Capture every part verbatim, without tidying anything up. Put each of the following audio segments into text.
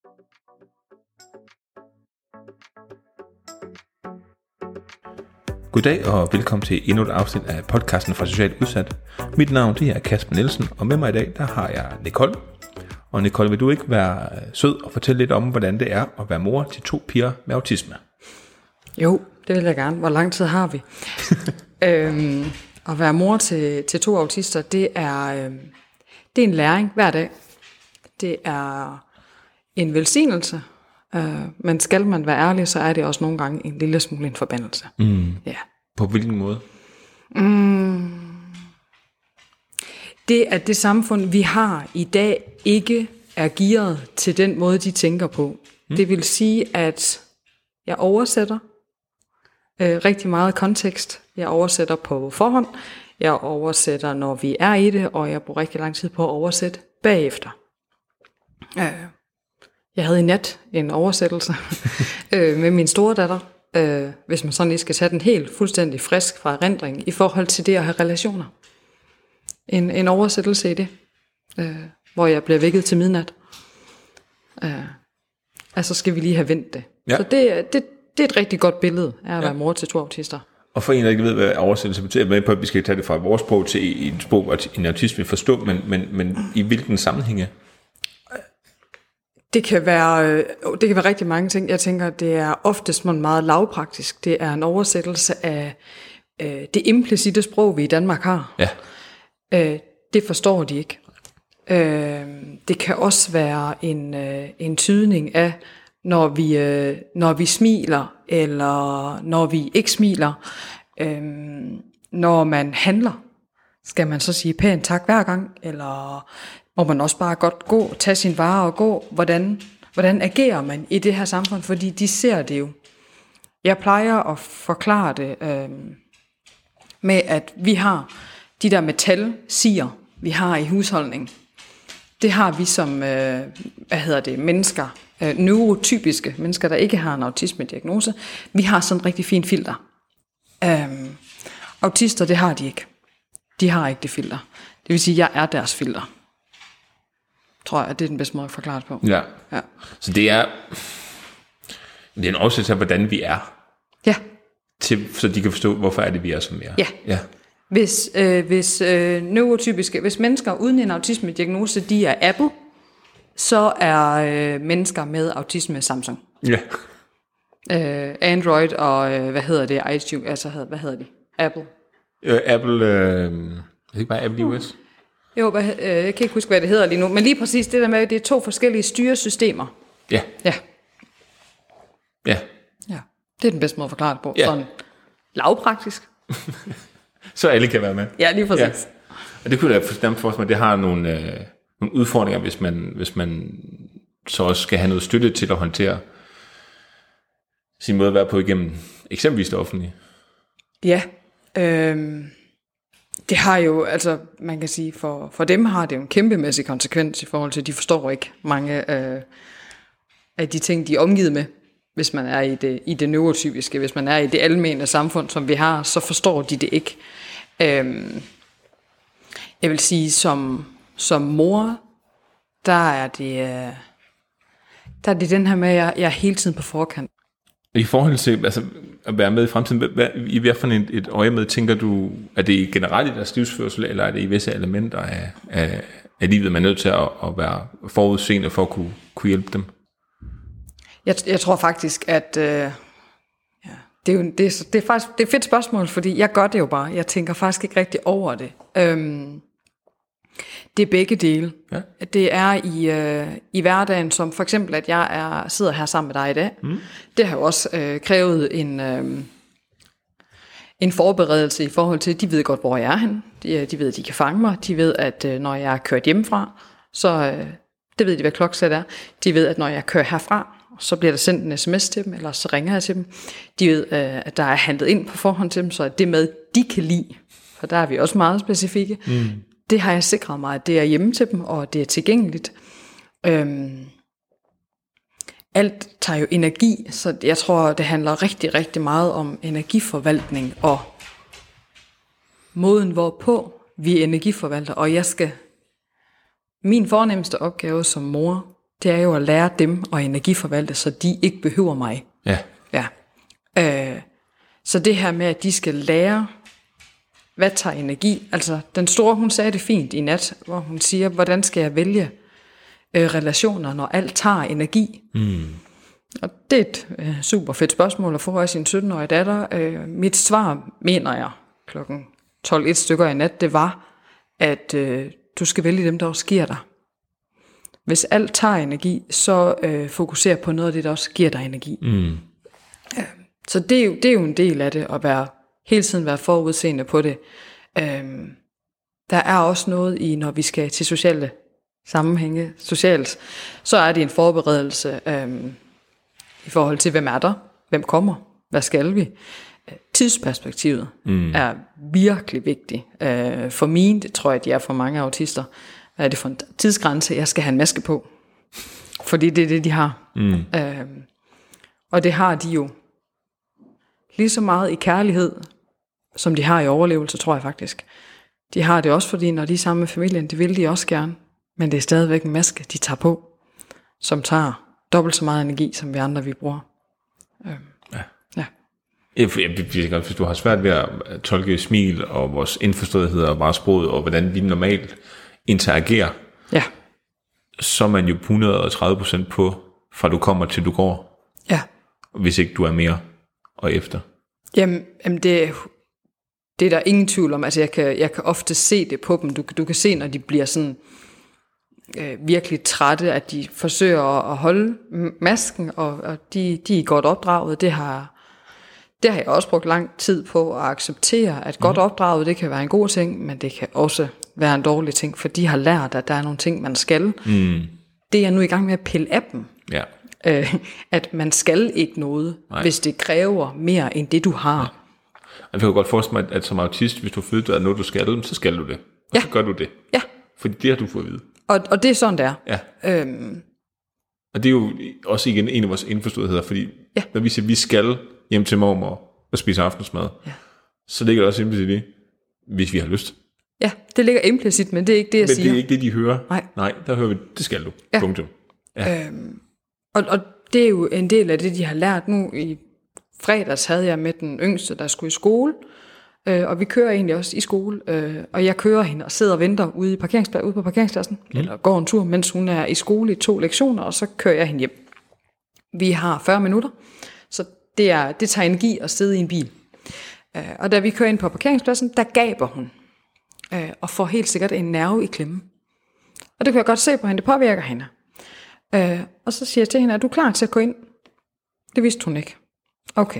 Goddag og velkommen til endnu et afsnit af podcasten fra Socialt Udsat. Mit navn det er Kasper Nielsen, og med mig i dag der har jeg Nicole. Og Nicole, vil du ikke være sød og fortælle lidt om, hvordan det er at være mor til to piger med autisme? Jo, det vil jeg gerne. Hvor lang tid har vi? øhm, at være mor til, til to autister, det er, øhm, det er en læring hver dag. Det er en velsignelse. Øh, men skal man være ærlig, så er det også nogle gange en lille smule en forbandelse. Mm. Ja. På hvilken måde? Mm. Det at det samfund, vi har i dag, ikke er gearet til den måde, de tænker på. Mm. Det vil sige, at jeg oversætter øh, rigtig meget kontekst. Jeg oversætter på forhånd. Jeg oversætter, når vi er i det, og jeg bruger rigtig lang tid på at oversætte bagefter. Øh. Jeg havde i nat en oversættelse øh, med min store datter, øh, hvis man sådan lige skal tage den helt fuldstændig frisk fra erindring i forhold til det at have relationer. En, en oversættelse i det, øh, hvor jeg bliver vækket til midnat. Øh, altså skal vi lige have vendt det. Ja. Så det, det, det er et rigtig godt billede af at være ja. mor til to autister. Og for en, der ikke ved, hvad oversættelse betyder, med på, at vi skal tage det fra vores sprog til en sprog, og en autisme forstå, men, men, men i hvilken sammenhænge? Det kan være, det kan være rigtig mange ting. Jeg tænker, det er oftest meget lavpraktisk. Det er en oversættelse af øh, det implicite sprog, vi i Danmark har. Ja. Øh, det forstår de ikke. Øh, det kan også være en, øh, en tydning af, når vi, øh, når vi smiler, eller når vi ikke smiler. Øh, når man handler, skal man så sige pænt tak hver gang, eller må man også bare godt gå, tage sin vare og gå. Hvordan, hvordan agerer man i det her samfund? Fordi de ser det jo. Jeg plejer at forklare det øh, med, at vi har de der metalsier, vi har i husholdning. Det har vi som øh, hvad hedder det, mennesker, øh, neurotypiske mennesker, der ikke har en autisme-diagnose. Vi har sådan en rigtig fin filter. Øh, autister, det har de ikke. De har ikke det filter. Det vil sige, at jeg er deres filter. Tror jeg, at det er den bedste måde at forklare det på. Ja. ja. Så det er, det er en oversættelse af, hvordan vi er. Ja. Til, så de kan forstå, hvorfor er det, vi er, som vi er. Ja. ja. Hvis, øh, hvis øh, neurotypiske, hvis mennesker uden en autisme-diagnose, de er Apple, så er øh, mennesker med autisme Samsung. Ja. Øh, Android og, øh, hvad hedder det, iTunes, altså, hvad hedder de? Apple. Øh, Apple, øh, er det ikke bare Apple i U S? Jo, hvad, øh, jeg kan ikke huske, hvad det hedder lige nu, men lige præcis det der med, at det er to forskellige styresystemer. Ja. Ja. Ja. Ja, det er den bedste måde at forklare det på. Ja. Sådan lavpraktisk. Så alle kan være med. Ja, lige præcis. Ja. Og det kunne da forstemme for mig, at det har nogle, øh, nogle udfordringer, hvis man, hvis man så også skal have noget støtte til at håndtere sin måde at være på igennem eksempelvis det offentlige. Ja, øh, det har jo, altså man kan sige, for, for dem har det jo en kæmpemæssig konsekvens i forhold til, at de forstår ikke mange øh, af de ting, de er omgivet med. Hvis man er i det, i det neurotypiske, hvis man er i det almene samfund, som vi har, så forstår de det ikke. Øhm, jeg vil sige, som, som mor, der er det, øh, der er det den her med, at jeg, jeg er hele tiden på forkant. I forhold til altså, at være med i fremtiden, hvad, i hvad for et, et øje med, tænker du, er det generelt i deres livsførsel, eller er det i visse elementer af, af, af livet, man er nødt til at, at være forudseende for at kunne, kunne hjælpe dem? Jeg, jeg tror faktisk, at øh, ja, det, er jo, det, er, det er faktisk det er et fedt spørgsmål, fordi jeg gør det jo bare. Jeg tænker faktisk ikke rigtig over det. Øhm, det er begge dele. Ja. Det er i, øh, i hverdagen, som for eksempel, at jeg er, sidder her sammen med dig i dag. Mm. Det har jo også øh, krævet en, øh, en forberedelse i forhold til, at de ved godt, hvor jeg er henne. De, de ved, at de kan fange mig. De ved, at øh, når jeg er kørt hjemmefra, så øh, det ved de, hvad klokkeslæt er. De ved, at når jeg kører herfra, så bliver der sendt en sms til dem, eller så ringer jeg til dem. De ved, at der er handlet ind på forhånd til dem, så det med, de kan lide, for der er vi også meget specifikke, mm. det har jeg sikret mig, at det er hjemme til dem, og det er tilgængeligt. Øhm, alt tager jo energi, så jeg tror, det handler rigtig, rigtig meget om energiforvaltning, og måden, hvorpå vi energiforvalter, og jeg skal, min fornemmeste opgave som mor, det er jo at lære dem at energiforvalte, så de ikke behøver mig. Ja. Ja. Øh, så det her med, at de skal lære, hvad tager energi. Altså, den store, hun sagde det fint i nat, hvor hun siger, hvordan skal jeg vælge øh, relationer, når alt tager energi? Mm. Og det er et øh, super fedt spørgsmål at få af sin sytten-årige datter. Øh, mit svar, mener jeg, klokken tolv et stykker i nat, det var, at øh, du skal vælge dem, der også giver dig. Hvis alt tager energi, så øh, fokuser på noget af det, der også giver dig energi. Mm. Øh, så det er, jo, det er jo en del af det, at være, hele tiden være forudseende på det. Øh, der er også noget i, når vi skal til sociale sammenhænge, socialt, så er det en forberedelse øh, i forhold til, hvem er der, hvem kommer, hvad skal vi. Tidsperspektivet mm. er virkelig vigtigt. Øh, for min, det tror jeg, de er for mange autister, hvad er det for en tidsgrænse, jeg skal have en maske på. Fordi det er det, de har. Mm. Øh, og det har de jo lige så meget i kærlighed, som de har i overlevelse, tror jeg faktisk. De har det også, fordi når de er sammen med familien, det vil de også gerne. Men det er stadigvæk en maske, de tager på, som tager dobbelt så meget energi, som vi andre, vi bruger. Øh, ja. ja. Hvis du har svært ved at tolke smil og vores indforståethed og bare sproget, og hvordan vi normalt interagerer, ja. så er man jo et hundrede og tredive procent på, fra du kommer til du går. Ja. Hvis ikke du er mere og efter. Jamen, jamen det, det er der ingen tvivl om. Altså jeg kan, jeg kan ofte se det på dem. Du, du kan se, når de bliver sådan øh, virkelig trætte, at de forsøger at holde masken, og, og de, de er godt opdraget. Det har, det har jeg også brugt lang tid på at acceptere, at godt opdraget, det kan være en god ting, men det kan også være en dårlig ting, for de har lært, at der er nogle ting, man skal. Mm. Det er jeg nu i gang med at pille af dem. Ja. Øh, at man skal ikke noget, Nej. Hvis det kræver mere end det, du har. Ja. Jeg kan godt forestille mig, at som autist, hvis du føler, at noget, du skal, så skal du det. Og ja. så gør du det. Ja. Fordi det har du fået at vide. Og, og det er sådan, det er. Ja. Øhm. Og det er jo også igen en af vores indforståetheder, fordi ja. når vi siger, at vi skal hjem til mormor og spise aftensmad, ja. så ligger det også implicit i, hvis vi har lyst. Ja, det ligger implicit, men det er ikke det, jeg men siger. Men det er ikke det, de hører. Nej. Nej, der hører vi, det skal du. Ja. Punktum. Ja. Øhm. Og, og det er jo en del af det, de har lært nu. I fredags havde jeg med den yngste, der skulle i skole, øh, og vi kører egentlig også i skole, øh, og jeg kører hende og sidder og venter ude, i parkeringspla- ude på parkeringspladsen, mm. eller går en tur, mens hun er i skole i to lektioner, og så kører jeg hende hjem. Vi har fyrre minutter, så det, er, det tager energi at sidde i en bil. Øh, og da vi kører ind på parkeringspladsen, der gaber hun, øh, og får helt sikkert en nerve i klemme. Og det kan jeg godt se på hende, det påvirker hende. Øh, og så siger jeg til hende, er du klar til at gå ind? Det vidste hun ikke. Okay.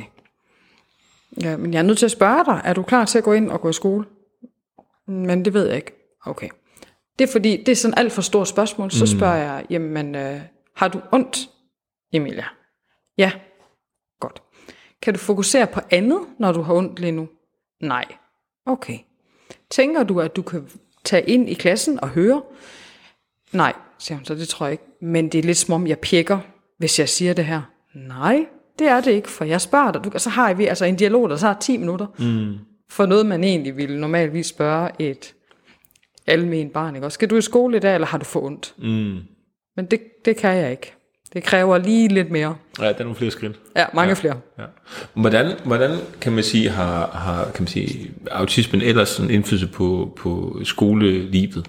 Ja, men jeg er nødt til at spørge dig, er du klar til at gå ind og gå i skole? Men det ved jeg ikke. Okay. Det er fordi, det er sådan alt for stort spørgsmål. Så spørger jeg, jamen, øh, har du ondt, Emilia? Ja. Godt. Kan du fokusere på andet, når du har ondt lige nu? Nej. Okay. Tænker du, at du kan tage ind i klassen og høre? Nej, siger hun så, det tror jeg ikke. Men det er lidt som om, jeg pjekker, hvis jeg siger det her. Nej, det er det ikke, for jeg spørger dig. Du, så har vi altså en dialog, der tager ti minutter. Mm. For noget, man egentlig ville normalvis spørge et almen barn. Ikke? Skal du i skole i dag, eller har du for ondt? Mm. Men det, det kan jeg ikke. Det kræver lige lidt mere. Ja, der er nogle flere skridt. Ja, mange ja. flere. Ja. Hvordan, hvordan kan man sige, har, har kan man sige, autismen ellers sådan indflydelse på, på skolelivet?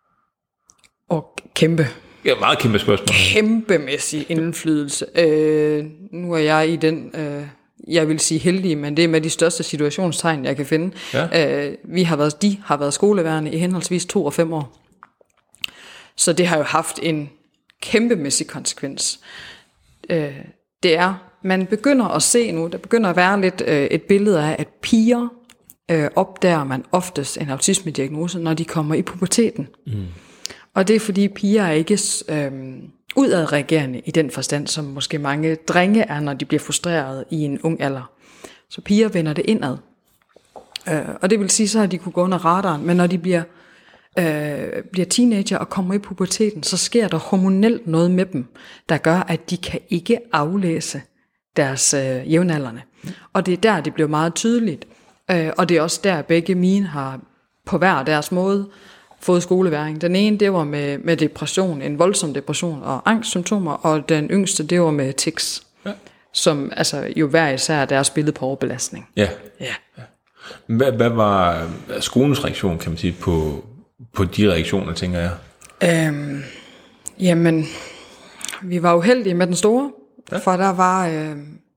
Og kæmpe. Ja, meget kæmpe spørgsmål. Kæmpemæssig indflydelse. Øh, nu er jeg i den, øh, jeg vil sige heldige, men det er med de største situationstegn, jeg kan finde. Ja. Øh, vi har været, de har været skoleværende i henholdsvis to og fem år. Så det har jo haft en kæmpemæssig konsekvens. Øh, det er, man begynder at se nu, der begynder at være lidt øh, et billede af, at piger øh, opdager man oftest en autismediagnose, når de kommer i puberteten. Mm. Og det er fordi piger er ikke øh, udadreagerende i den forstand, som måske mange drenge er, når de bliver frustreret i en ung alder. Så piger vender det indad. Øh, og det vil sige, så har de kunne gå under radaren, men når de bliver, øh, bliver teenager og kommer i puberteten, så sker der hormonelt noget med dem, der gør, at de kan ikke aflæse deres øh, jævnaldrende. Og det er der, det bliver meget tydeligt. Øh, og det er også der, begge mine har på hver deres måde fået skoleværing. Den ene, det var med, med depression, en voldsom depression og angstsymptomer, og den yngste, det var med tics, ja. Som altså jo hver især deres billede på overbelastning. Ja. Ja. ja. Hvad, hvad var skolens reaktion, kan man sige, på, på de reaktioner, tænker jeg? Øhm, jamen, vi var uheldige med den store, ja. For der var, øh,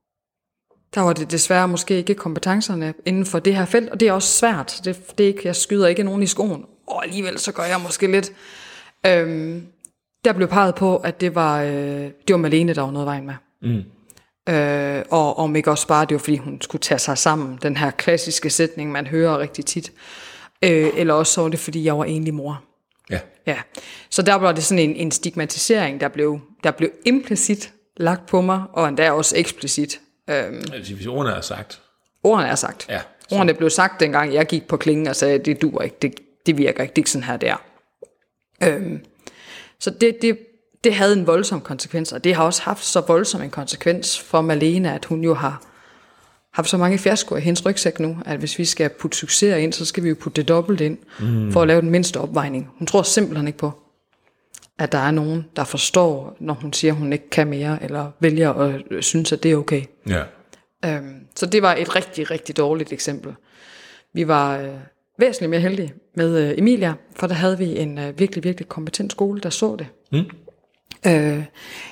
der var det desværre måske ikke kompetencerne inden for det her felt, og det er også svært. Det, det er ikke, jeg skyder ikke nogen i skoen, og alligevel så gør jeg måske lidt. Øhm, der blev peget på, at det var, øh, det var Malene, der var noget vejen med. Mm. Øh, og om ikke også bare, det var fordi hun skulle tage sig sammen, den her klassiske sætning, man hører rigtig tit. Øh, eller også så var det, fordi jeg var enlig mor. Ja. Ja. Så der var det sådan en, en stigmatisering, der blev, der blev implicit lagt på mig, og endda også eksplicit. Øhm, altså, hvis ordene er sagt. Ordene er sagt. Ja, ordene blev sagt, dengang jeg gik på klingen og sagde, det duer ikke, det, det virker ikke, det er ikke sådan her, det er. Øhm, så det, det, det havde en voldsom konsekvens, og det har også haft så voldsom en konsekvens for Malene, at hun jo har haft så mange fiaskoer i hendes rygsæk nu, at hvis vi skal putte succeser ind, så skal vi jo putte det dobbelt ind, mm. for at lave den mindste opvejning. Hun tror simpelthen ikke på, at der er nogen, der forstår, når hun siger, at hun ikke kan mere, eller vælger at synes, at det er okay. Ja. Øhm, så det var et rigtig, rigtig dårligt eksempel. Vi var øh, væsentligt mere heldige med øh, Emilia, for der havde vi en øh, virkelig, virkelig kompetent skole, der så det. Mm. Øh,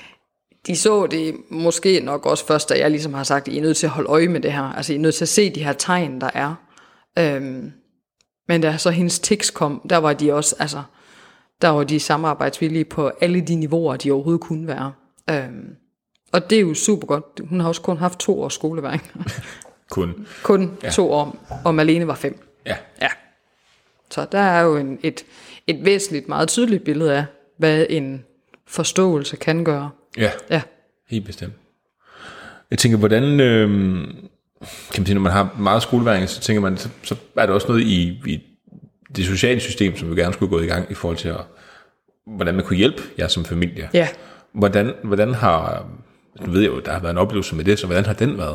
de så det måske nok også først, da jeg ligesom har sagt, at I er nødt til at holde øje med det her. Altså I er nødt til at se de her tegn, der er. Øhm, men da så hendes tics kom, der var de også, altså, der var de samarbejdsvillige på alle de niveauer, de overhovedet kunne være. Øhm, og det er jo super godt. Hun har også kun haft to års skoleværing. kun? Kun ja. to år, og Malene var fem. Ja. Ja. Så der er jo en, et, et væsentligt, meget tydeligt billede af, hvad en forståelse kan gøre. Ja, ja. Helt bestemt. Jeg tænker, hvordan, øh, kan man sige, når man har meget skoleværing, så tænker man, så, så er der også noget i, i det sociale system, som vi gerne skulle gå i gang i forhold til, at, hvordan man kunne hjælpe jer som familie. Ja. Hvordan, hvordan har, nu ved jeg jo, der har været en oplevelse med det, så hvordan har den været?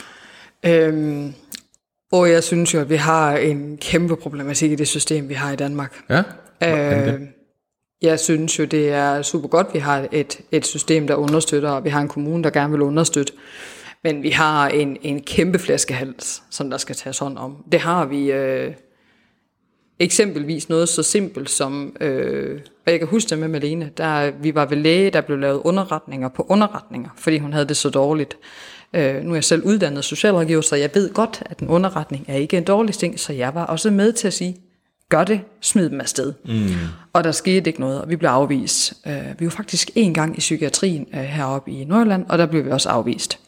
Øhm, og jeg synes jo, at vi har en kæmpe problematik i det system, vi har i Danmark. Ja, øh, Jeg synes jo, det er super godt, vi har et, et system, der understøtter, og vi har en kommune, der gerne vil understøtte. Men vi har en, en kæmpe flaskehals, som der skal tages hånd om. Det har vi øh, eksempelvis noget så simpelt som, øh, og jeg kan huske det med Malene, der, vi var ved læge, der blev lavet underretninger på underretninger, fordi hun havde det så dårligt. Øh, nu er jeg selv uddannet socialrådgiver, så jeg ved godt, at en underretning er ikke en dårlig ting, så jeg var også med til at sige, gør det, smid dem afsted. Mm. Og der skete ikke noget, og vi blev afvist. Uh, vi var faktisk en gang i psykiatrien uh, heroppe i Nordjylland, og der blev vi også afvist.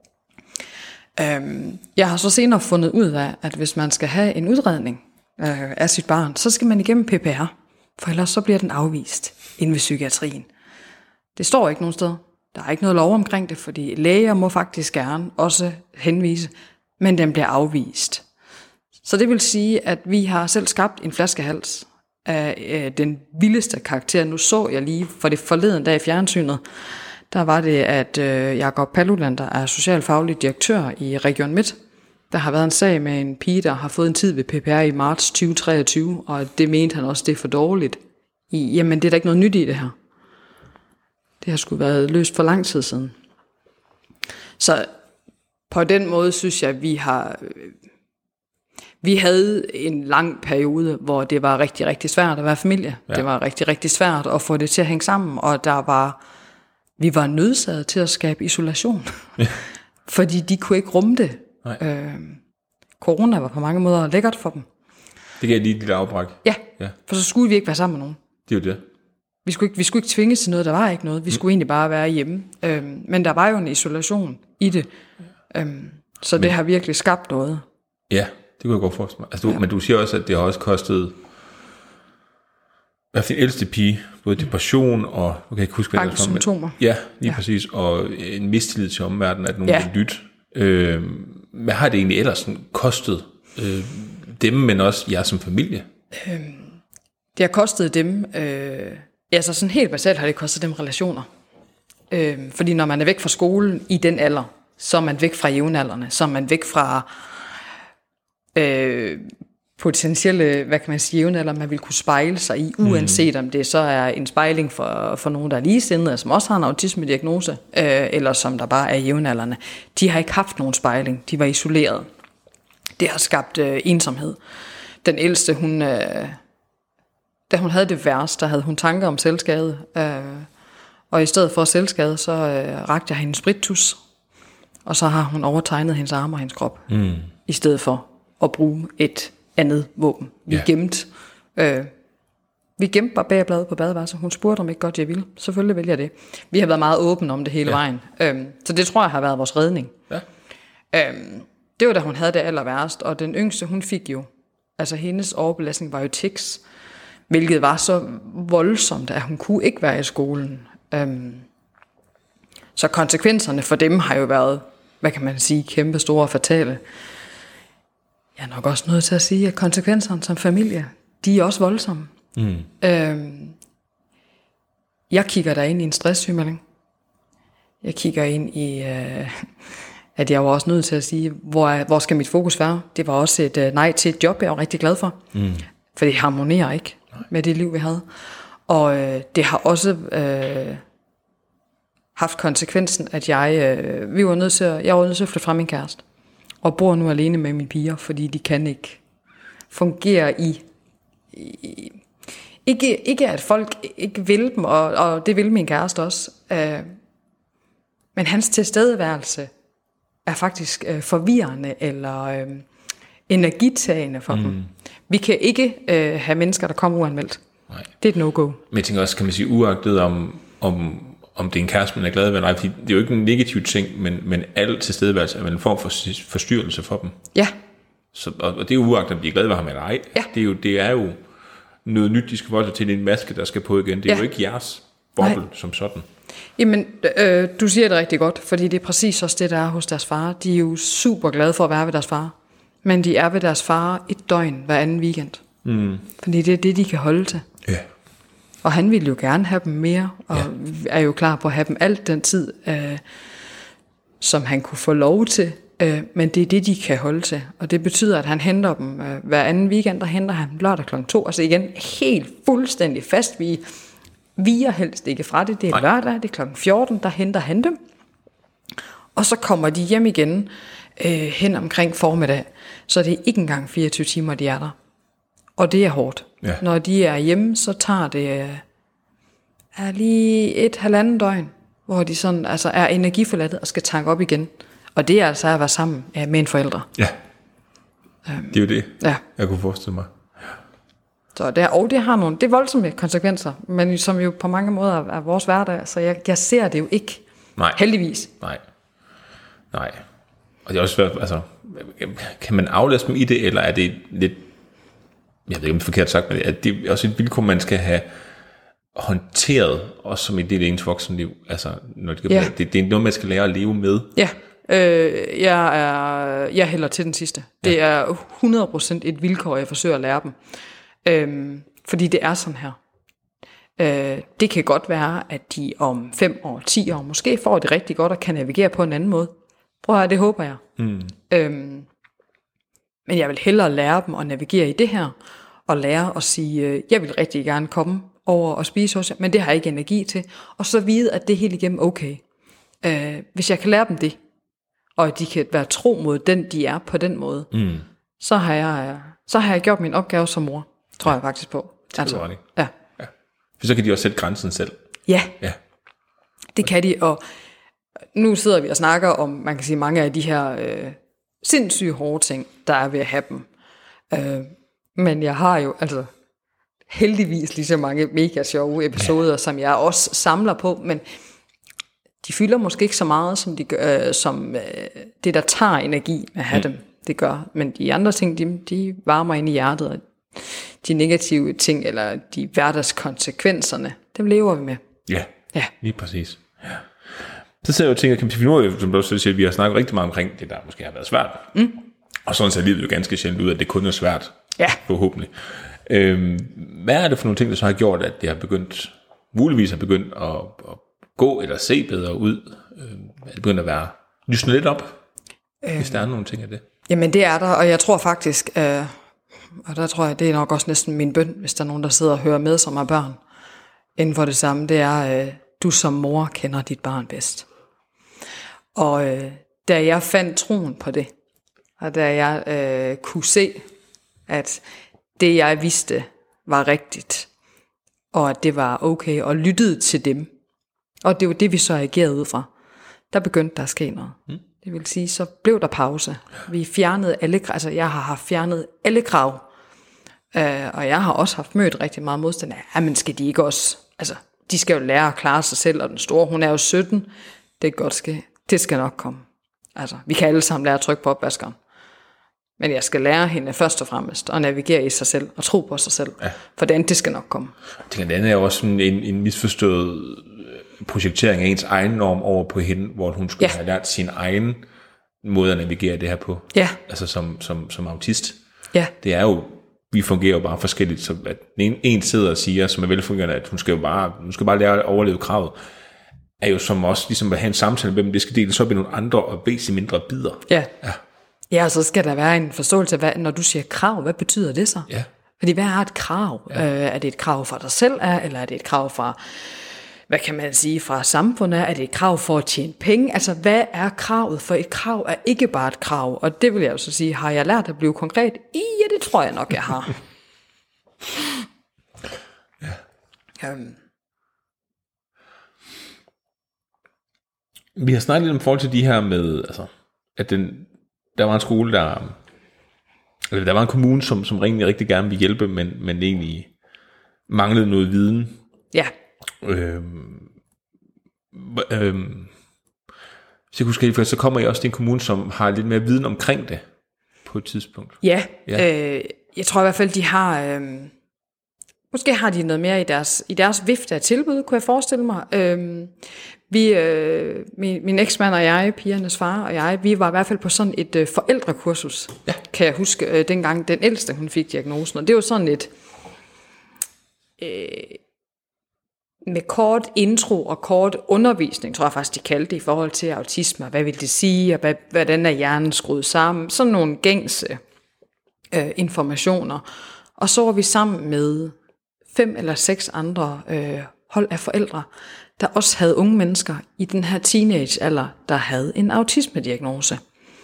Um, jeg har så senere fundet ud af, at hvis man skal have en udredning uh, af sit barn, så skal man igennem P P R, for ellers så bliver den afvist inde ved psykiatrien. Det står ikke nogen sted. Der er ikke noget lov omkring det, fordi læger må faktisk gerne også henvise, men den bliver afvist. Så det vil sige, at vi har selv skabt en flaskehals af øh, den vildeste karakter. Nu så jeg lige for det forleden dag i fjernsynet, der var det, at øh, Jakob Paludan, der er socialfaglig direktør i Region Midt, der har været en sag med en pige, der har fået en tid ved P P R i marts tyve treogtyve, og det mente han også, det er for dårligt. I, jamen, det er da ikke noget nyt i det her. Det har sgu været løst for lang tid siden. Så på den måde synes jeg, at vi har... Vi havde en lang periode, hvor det var rigtig, rigtig svært at være familie. Ja. Det var rigtig, rigtig svært at få det til at hænge sammen, og der var, vi var nødsaget til at skabe isolation, ja. Fordi de kunne ikke rumme det. Øh, corona var på mange måder lækkert for dem. Det gav lige et lille afbræk. Ja, ja, for så skulle vi ikke være sammen med nogen. Det er jo det. Vi skulle ikke, vi skulle ikke tvinges til noget, der var ikke noget. Vi skulle mm. egentlig bare være hjemme. Øh, men der var jo en isolation i det. Øh, så men, det har virkelig skabt noget. Ja. Det kunne jeg godt forestille mig. Altså, du, ja. Men du siger også, at det har også kostet, hvad for en ældste pige, både depression og, du kan ikke huske, hvad det er. Symptomer. Ja, lige ja. Præcis, og en mistillid til omverdenen, at nogen ja. Vil lytte. Øh, hvad har det egentlig ellers sådan kostet øh, dem, men også jer som familie? Øhm, det har kostet dem, øh, altså sådan helt basalt har det kostet dem relationer. Øh, fordi når man er væk fra skolen i den alder, så er man væk fra jævnaldrende, så er man væk fra... Øh, potentielle, hvad kan man sige, jævnaldrende, man vil kunne spejle sig i, uanset om det så er en spejling for, for nogen, der er ligesindede, som også har en autisme-diagnose, øh, eller som der bare er jævnaldrende. De har ikke haft nogen spejling, de var isoleret. Det har skabt øh, ensomhed. Den ældste, hun, øh, da hun havde det værst, der havde hun tanker om selvskade, øh, og i stedet for selvskade, så øh, rakte jeg hende sprittus, og så har hun overtegnet hendes arme og hendes krop, mm. i stedet for at bruge et andet våben. Vi yeah. gemte øh, vi gemte barbærbladet på badeværelset. Hun spurgte, om ikke godt jeg ville. Selvfølgelig vil jeg det. Vi har været meget åbne om det hele yeah. vejen. Øhm, så det tror jeg har været vores redning. Yeah. Øhm, det var da hun havde det aller værst, og den yngste, hun fik jo, altså hendes overbelastning var jo tics, hvilket var så voldsomt, at hun kunne ikke være i skolen. Øhm, så konsekvenserne for dem har jo været, hvad kan man sige, kæmpe store og fatale. Jeg er nok også nødt til at sige, at konsekvenserne som familie, de er også voldsomme. Mm. Øhm, jeg kigger der ind i en stresssygemelding. Jeg kigger ind i, øh, at jeg var også nødt til at sige, hvor, hvor skal mit fokus være? Det var også et øh, nej til et job, jeg var rigtig glad for. Mm. For det harmonerer ikke nej. Med det liv, vi havde. Og øh, det har også øh, haft konsekvensen, at jeg, øh, vi var nødt til at, jeg var nødt til at flytte fra min kæreste. Og bor nu alene med mine piger, fordi de kan ikke fungere i, i ikke, ikke at folk ikke vil dem, og, og det vil min kæreste også, øh, men hans tilstedeværelse er faktisk øh, forvirrende eller øh, energitagende for mm. dem. Vi kan ikke øh, have mennesker, der kommer uanmeldt. Nej. Det er et no-go. Men jeg tænker også, kan man sige, uagtet om, om, om det er en kæreste, man er glad ved, nej, fordi det er jo ikke en negativ ting, men, men al tilstedeværelse er en form for forstyrrelse for dem. Ja. Så, og, og det er jo uagtet, om de er glade ved ham eller ej. Ja. Det, er jo, det er jo noget nyt, de skal forholde til, en maske, der skal på igen. Det er ja. Jo ikke jeres boble nej. Som sådan. Jamen, øh, du siger det rigtig godt, fordi det er præcis også det, der er hos deres far. De er jo super glade for at være ved deres far, men de er ved deres far et døgn hver anden weekend. Mm. Fordi det er det, de kan holde til. Ja. Og han ville jo gerne have dem mere, og ja. Er jo klar på at have dem alt den tid, øh, som han kunne få lov til. Øh, men det er det, de kan holde til. Og det betyder, at han henter dem øh, hver anden weekend, der henter han lørdag klokken to. Altså igen, helt fuldstændig fast. Vi viger helst ikke fra det. Det er Nej. Lørdag, det er klokken fjorten, der henter han dem. Og så kommer de hjem igen øh, hen omkring formiddag. Så det er ikke engang fireogtyve timer, de er der. Og det er hårdt. Ja. Når de er hjemme, så tager det øh, er lige et halvanden døgn, hvor de sådan, altså er energiforladet og skal tanke op igen. Og det er altså at være sammen ja, med en forælder. Ja, øhm, det er jo det, ja. Jeg kunne forestille mig. Ja. Så det, og det har nogle, det er voldsomme konsekvenser, men som jo på mange måder er vores hverdag, så jeg, jeg ser det jo ikke, Nej. Heldigvis. Nej, Nej. Og det er også svært, altså, kan man aflæse dem i det, eller er det lidt, jeg ved ikke om det er forkert sagt, men er det også et vilkår, man skal have håndteret, også som en del af ens voksenliv? Altså, når det, ja. det, det er noget, man skal lære at leve med. Ja, øh, jeg, er, jeg hælder til den sidste. Ja. Det er hundrede procent et vilkår, jeg forsøger at lære dem. Øhm, fordi det er sådan her. Øh, det kan godt være, at de om fem år, ti år, måske får det rigtig godt og kan navigere på en anden måde. Prøv at høre, det håber jeg. Mm. Øhm, men jeg vil hellere lære dem at navigere i det her, og lære at sige, øh, jeg vil rigtig gerne komme over og spise hos jer, men det har jeg ikke energi til. Og så vide, at det er helt igennem okay. Øh, hvis jeg kan lære dem det, og at de kan være tro mod den, de er på den måde, mm. så, har jeg, så har jeg gjort min opgave som mor, tror ja. Jeg faktisk på. Altså, det ja. Ja. For så kan de også sætte grænsen selv. Ja, ja. Det kan de, og nu sidder vi og snakker om, man kan sige, mange af de her øh, sindssyge hårde ting, der er ved at have dem. Øh, men jeg har jo altså heldigvis lige så mange mega sjove episoder, ja. Som jeg også samler på, men de fylder måske ikke så meget, som, de gør, øh, som øh, det, der tager energi at have mm. dem, det gør. Men de andre ting, de, de varmer ind i hjertet, og de negative ting, eller de hverdagskonsekvenserne, dem lever vi med. Ja, ja. Lige præcis. Ja. Så ser jeg jo ting, kan man sige, nu, som du også siger, vi har snakket rigtig meget omkring det, der måske har været svært. Mm. Og sådan ser livet jo ganske sjældent ud, at det kun er svært. Ja. Forhåbentlig. Øhm, hvad er det for nogle ting, der så har gjort, at det har begyndt, muligvis har begyndt at, at gå eller se bedre ud? Øhm, er det begyndt at være lysende lidt op, øhm, hvis der er nogle ting af det? Jamen det er der, og jeg tror faktisk, øh, Og der tror jeg, det er nok også næsten min bøn, hvis der er nogen, der sidder og hører med, som er børn. Inden for det samme, det er, øh, du som mor kender dit barn bedst. Og øh, da jeg fandt troen på det, og da jeg øh, kunne se, at det jeg vidste var rigtigt, og at det var okay, og lyttede til dem, og det var det, vi så agerede ud fra, der begyndte der at ske noget. Mm. Det vil sige, så blev der pause. Vi fjernede alle krav, altså jeg har haft fjernet alle krav, øh, og jeg har også haft mødt rigtig meget modstand af, ja, men skal de ikke også, altså de skal jo lære at klare sig selv, og den store, hun er jo sytten, det er godt ske, det skal nok komme. Altså, vi kan alle sammen lære at trykke på opvaskeren. Men jeg skal lære hende først og fremmest at navigere i sig selv og tro på sig selv. Ja. For det andet, det skal nok komme. Det andet er jo også sådan en, en misforstået projektering af ens egen norm over på hende, hvor hun skulle ja. have lært sin egen måde at navigere det her på. Ja. Altså som, som, som autist. Ja. Det er jo, vi fungerer jo bare forskelligt. Så at en, en sidder og siger, som er velfungerende, at hun skal jo bare, hun skal bare lære at overleve kravet, er jo som også ligesom at have en samtale med dem, det skal deles op i nogle andre og væsentligt mindre bidder. Ja. Ja. Ja, så skal der være en forståelse af, hvad, når du siger krav, hvad betyder det så? Ja. Fordi hvad er et krav? Ja. Øh, er det et krav fra dig selv, er, eller er det et krav fra, hvad kan man sige, fra samfundet? Er det et krav for at tjene penge? Altså, hvad er kravet? For et krav er ikke bare et krav, og det vil jeg jo så sige, har jeg lært at blive konkret? Ja, det tror jeg nok, jeg har. ja. Um. Vi har snakket lidt om forhold til de her med, altså, at den, der var en skole, der, eller der var en kommune, som, som rigtig, rigtig gerne ville hjælpe, men, men egentlig manglede noget viden. Ja. Øhm, øhm, så jeg husker, for så kommer I også til en kommune, som har lidt mere viden omkring det på et tidspunkt. Ja, ja. Øh, jeg tror i hvert fald, de har, øh, måske har de noget mere i deres, i deres vifte af tilbud, kunne jeg forestille mig. Øh, vi, øh, min, min eksmand og jeg, pigernes far og jeg, vi var i hvert fald på sådan et øh, forældrekursus, ja. Kan jeg huske, øh, dengang den ældste, hun fik diagnosen, og det var sådan et, øh, med kort intro og kort undervisning, tror jeg faktisk, de kaldte det, i forhold til autisme, hvad vil det sige, og hvad, hvordan er hjernen skruet sammen, sådan nogle gængse øh, informationer. Og så var vi sammen med fem eller seks andre øh, hold af forældre, der også havde unge mennesker i den her teenagealder, der havde en autismediagnose.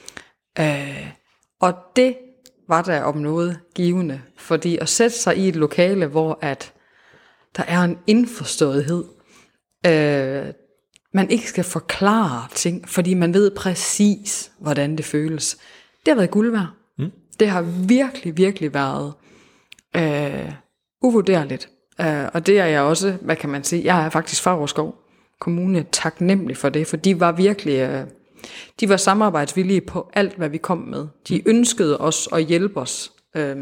Øh, og det var der om noget givende, fordi at sætte sig i et lokale, hvor at der er en indforståethed. Øh, man ikke skal forklare ting, fordi man ved præcis, hvordan det føles. Det har været guld værd. Mm. Det har virkelig, virkelig været øh, uvurderligt. Øh, og det er jeg også, hvad kan man sige, jeg er faktisk Favrskov Kommune taknemmelig for det, for de var virkelig, øh, de var samarbejdsvillige på alt, hvad vi kom med. De ønskede os at hjælpe os. Øh,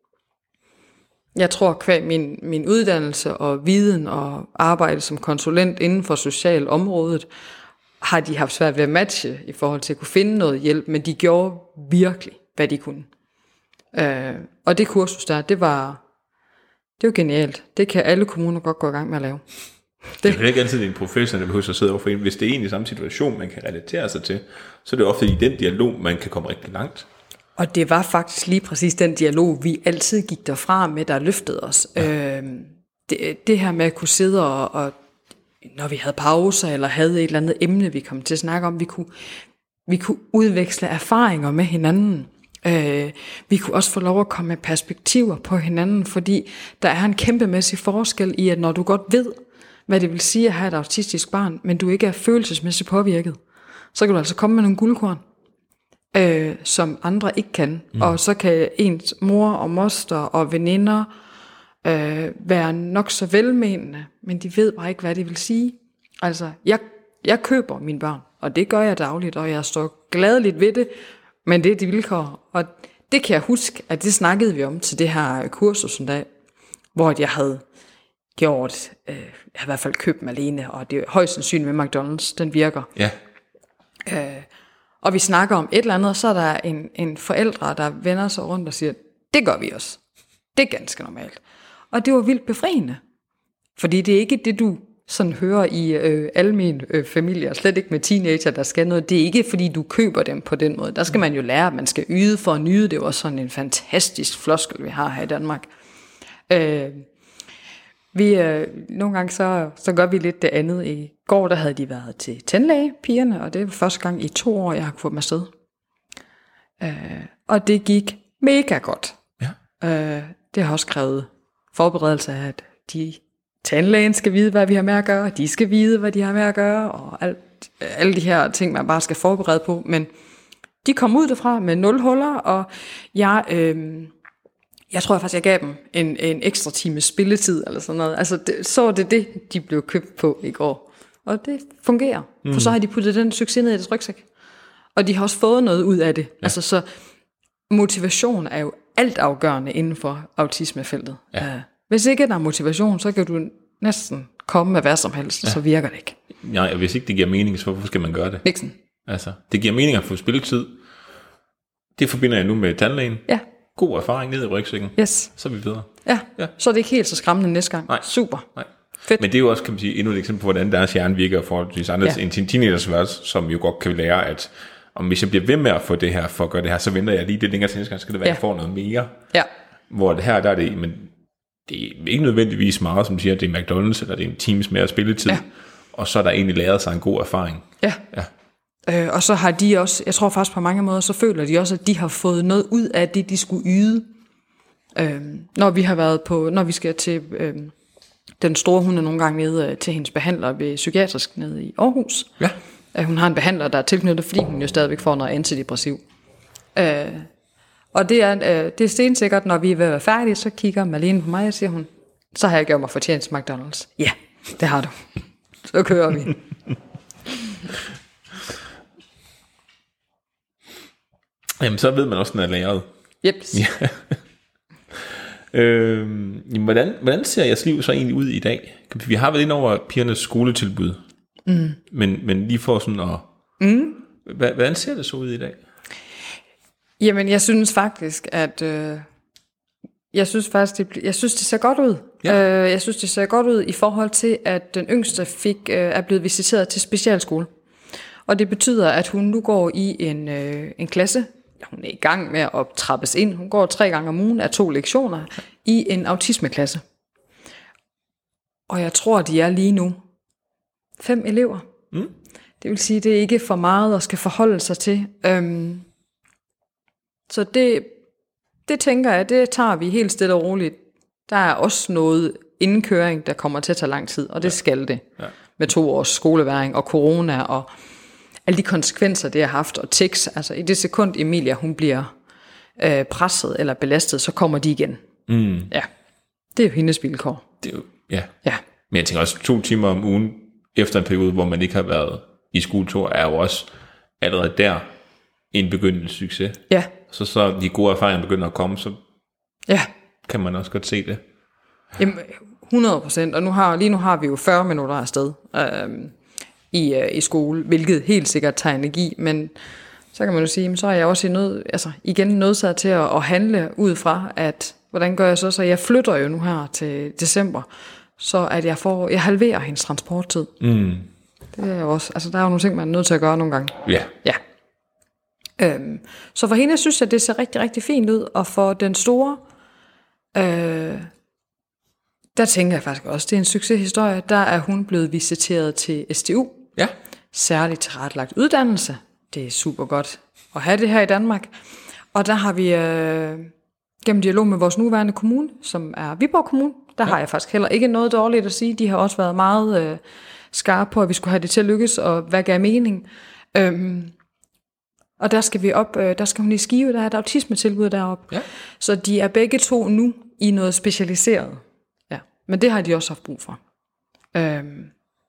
Jeg tror, kvæg min, min uddannelse og viden og arbejde som konsulent inden for socialområdet, har de haft svært ved at matche i forhold til at kunne finde noget hjælp, men de gjorde virkelig, hvad de kunne. Øh, og det kursus der, det var, det var genialt. Det kan alle kommuner godt gå i gang med at lave. Det, det er ikke altid en professor, der behøver at sidde overfor en. Hvis det er egentlig samme situation, man kan relatere sig til, så er det ofte i den dialog, man kan komme rigtig langt. Og det var faktisk lige præcis den dialog, vi altid gik derfra med, der løftede os. Ja. Øh, det, det her med at kunne sidde og, og, når vi havde pauser, eller havde et eller andet emne, vi kom til at snakke om, vi kunne, vi kunne udveksle erfaringer med hinanden. Øh, vi kunne også få lov at komme med perspektiver på hinanden, fordi der er en kæmpemæssig forskel i, at når du godt ved, hvad det vil sige at have et autistisk barn, men du ikke er følelsesmæssigt påvirket, så kan du altså komme med nogle guldkorn. Øh, som andre ikke kan. Mm. Og så kan ens mor og moster og veninder øh, være nok så velmenende, men de ved bare ikke, hvad det vil sige. Altså, jeg, jeg køber mine børn, og det gør jeg dagligt, og jeg står gladeligt ved det, men det er de vilkår. Og det kan jeg huske, at det snakkede vi om til det her kursus en dag, hvor jeg havde gjort, øh, jeg havde i hvert fald købt dem alene, og det er højst sandsynligt med McDonald's, den virker. Ja. Øh, Og vi snakker om et eller andet, og så er der en, en forældre, der vender sig rundt og siger, det gør vi også. Det er ganske normalt. Og det var vildt befriende. Fordi det er ikke det, du sådan hører i øh, alle mine øh, familier, slet ikke med teenager, der skal noget. Det er ikke, fordi du køber dem på den måde. Der skal man jo lære, at man skal yde for at nyde. Det var sådan en fantastisk floskel, vi har her i Danmark. Øh, vi, øh, nogle gange så, så gør vi lidt det andet. I går der havde de været til tandlæge, pigerne, og det var første gang i to år, jeg har fået mig afsted. Øh, og det gik mega godt. Ja. Øh, det har også krævet forberedelse af, at de tandlægen skal vide, hvad vi har med at gøre, de skal vide, hvad de har med at gøre, og alt, alle de her ting, man bare skal forberede på. Men de kom ud derfra med nul huller, og jeg, øh, jeg tror faktisk, jeg gav dem en, en ekstra time spilletid, eller sådan noget. Altså, det, så var det det, de blev købt på i går. Og det fungerer, mm. for så har de puttet den succes ned i deres rygsæk. Og de har også fået noget ud af det. Ja. Altså, så motivation er jo altafgørende inden for autismefeltet. Ja. Uh, hvis ikke der er motivation, så kan du næsten komme med hvad som helst, ja. Så virker det ikke. Nej, og hvis ikke det giver mening, så hvorfor skal man gøre det? Nixon. Altså, det giver mening at få spilletid. Det forbinder jeg nu med tandlægen. Ja. God erfaring ned i rygsækken. Yes. Så er vi videre. Ja. ja, så er det ikke helt så skræmmende næste gang. Nej. Super. Nej. Fedt. Men det er jo også, kan man sige, endnu et eksempel på, hvordan deres hjerne virker for de andre ja. En teenagers værelse, som jo godt kan lære, at om hvis jeg bliver ved med at få det her, for at gøre det her, så venter jeg lige det længere til næste gang, skal det være, ja. Jeg får noget mere. Ja. Hvor det her, der er det, men det er ikke nødvendigvis meget, som siger, at det er McDonald's, eller det er en times mere spilletid, ja. Og så er der egentlig læret sig en god erfaring. Ja. ja. Øh, og så har de også, jeg tror faktisk på mange måder, så føler de også, at de har fået noget ud af det, de skulle yde. Øh, når vi har været på, når vi skal til, øh, den store, hun er nogle gange nede til hendes behandler ved psykiatrisk nede i Aarhus. Ja. Øh, hun har en behandler, der er tilknyttet, fordi hun jo stadigvæk får noget antidepressiv. Øh, og det er, øh, det er stensikkert, når vi er ved at være færdige, så kigger Malene på mig og siger hun, så har jeg gjort mig fortjent til McDonald's. Ja, det har du. Så kører vi. Jamen, så ved man også, den er læret. Jeps. Ja. øhm, hvordan, hvordan ser jeres liv så egentlig ud i dag? Vi har været inde over pigernes skoletilbud. Mm. Men, men lige for sådan at... Mm. Hvordan ser det så ud i dag? Jamen, jeg synes faktisk, at... Øh, jeg synes faktisk, det, jeg synes, det ser godt ud. Ja. Øh, jeg synes, det ser godt ud i forhold til, at den yngste fik, øh, er blevet visiteret til specialskole. Og det betyder, at hun nu går i en, øh, en klasse. Hun er i gang med at trappes ind. Hun går tre gange om ugen af to lektioner i en autismeklasse. Og jeg tror, de er lige nu fem elever. Mm. Det vil sige, det er ikke for meget at skal forholde sig til. Øhm, så det, det tænker jeg, det tager vi helt stille og roligt. Der er også noget indkøring, der kommer til at tage lang tid, og det ja. Skal det. Ja. Med to års skoleværing og corona og alle de konsekvenser, det har haft, og tics. Altså i det sekund, Emilia, hun bliver øh, presset eller belastet, så kommer de igen. Mm. Ja, det er jo hendes vilkår. Det er jo, ja. ja. Men jeg tænker også, to timer om ugen, efter en periode, hvor man ikke har været i skoletur, er jo også allerede der en begyndende succes. Ja. Så så de gode erfaringer begynder at komme, så ja. Kan man også godt se det. Jamen, hundrede procent, og nu har, lige nu har vi jo fyrre minutter afsted øh, i, øh, i skole, hvilket helt sikkert tager energi, men så kan man jo sige, så er jeg også i nød, altså igen nødsaget til at, at handle ud fra, at hvordan gør jeg så, så jeg flytter jo nu her til december, så at jeg får, jeg halverer hendes transporttid. Mm. Det er jo også, altså der er jo nogle ting, man er nødt til at gøre nogle gange. Ja. Ja. Øhm, så for hende synes jeg, det ser rigtig, rigtig fint ud, og for den store, øh, der tænker jeg faktisk også, det er en succeshistorie, der er hun blevet visiteret til S T U, ja. Særligt tilrettelagt uddannelse. Det er super godt at have det her i Danmark. Og der har vi øh, gennem dialog med vores nuværende kommune, som er Viborg Kommune, der ja. Har jeg faktisk heller ikke noget dårligt at sige. De har også været meget øh, skarpe på, at vi skulle have det til at lykkes, og hvad gav mening. Øhm, og der skal vi op, øh, der skal hun i Skive, der er et autismetilbud deroppe. Ja. Så de er begge to nu i noget specialiseret. Ja. Men det har de også haft brug for. Øhm,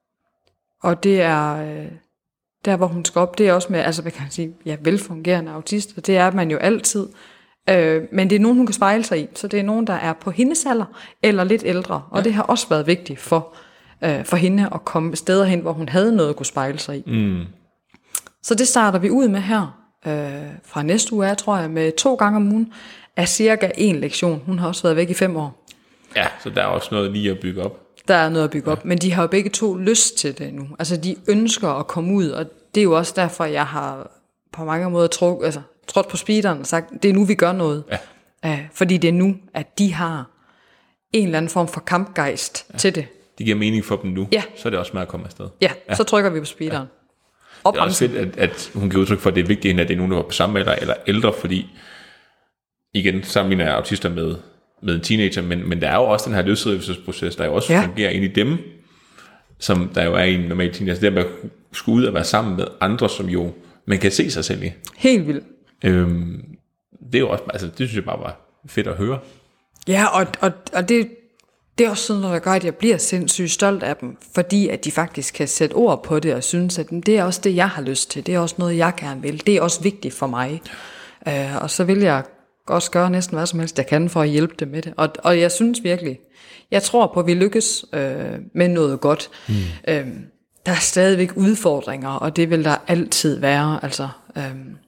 og det er øh, der, hvor hun skal op, det er også med, altså hvad kan man sige, ja, velfungerende autister, det er man jo altid. Øh, men det er nogen, hun kan spejle sig i, så det er nogen, der er på hendes alder, eller lidt ældre, og ja. Det har også været vigtigt for, øh, for hende at komme steder hen, hvor hun havde noget at kunne spejle sig i. Mm. Så det starter vi ud med her, øh, fra næste uge af, tror jeg, med to gange om ugen, af cirka en lektion. Hun har også været væk i fem år. Ja, så der er også noget lige at bygge op. Der er noget at bygge op, men de har jo begge to lyst til det nu. Altså de ønsker at komme ud, og det er jo også derfor, jeg har på mange måder trådt, altså, trådt på speederen og sagt, det er nu, vi gør noget. Ja. Uh, fordi det er nu, at de har en eller anden form for kampgejst ja. til det. Det giver mening for dem nu, ja. så er det også med at komme afsted. Ja, ja. Så trykker vi på speederen. Ja. Det er også fedt, at, at hun giver udtryk for, at det er vigtigt, at det er nogen, der var på samme alder eller ældre, fordi igen sammenligner jeg autister med, med en teenager, men, men der er jo også den her løsrivelsesproces, der jo også ja. fungerer ind i dem, som der jo er i en normal teenager. Det er med at skulle ud og være sammen med andre, som jo man kan se sig selv i. Helt vildt. Øhm, det er jo også, altså det synes jeg bare var fedt at høre. Ja, og, og, og det, det er også sådan noget, der gør, at jeg bliver sindssygt stolt af dem, fordi at de faktisk kan sætte ord på det, og synes, at det er også det, jeg har lyst til. Det er også noget, jeg gerne vil. Det er også vigtigt for mig. Uh, og så vil jeg også gøre næsten hvad som helst, jeg kan for at hjælpe dem med det. Og, og jeg synes virkelig, jeg tror på, at vi lykkes uh, med noget godt. Mm. Uh, der er stadigvæk udfordringer, og det vil der altid være. Altså, uh,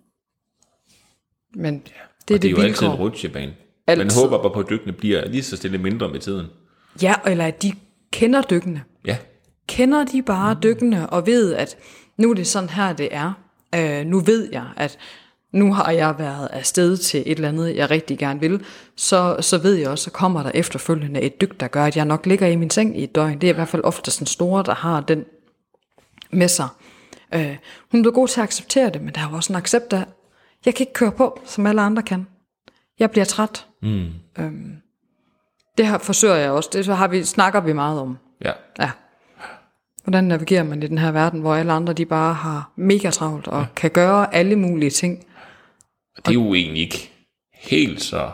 men det er og det, det er jo vilkår. altid en rutsjebane. Man håber bare på, at dykkene bliver lige så stille mindre med tiden. Ja, eller at de kender dykkene. Ja. Kender de bare mm. dykkene, og ved, at nu er det sådan her, det er. Uh, nu ved jeg, at nu har jeg været afsted til et eller andet, jeg rigtig gerne vil, så, så ved jeg også, så kommer der efterfølgende et dyk, der gør, at jeg nok ligger i min seng i et døgn. Det er i hvert fald ofte sådan store, der har den med sig. Uh, hun bliver god til at acceptere det, men der er jo også en accept af, jeg kan ikke køre på, som alle andre kan. Jeg bliver træt. Mm. Um, det her forsøger jeg også. Det så har vi, snakker vi meget om. Ja. Ja. Hvordan navigerer man i den her verden, hvor alle andre de bare har mega travlt og ja. kan gøre alle mulige ting. Det er jo egentlig ikke helt så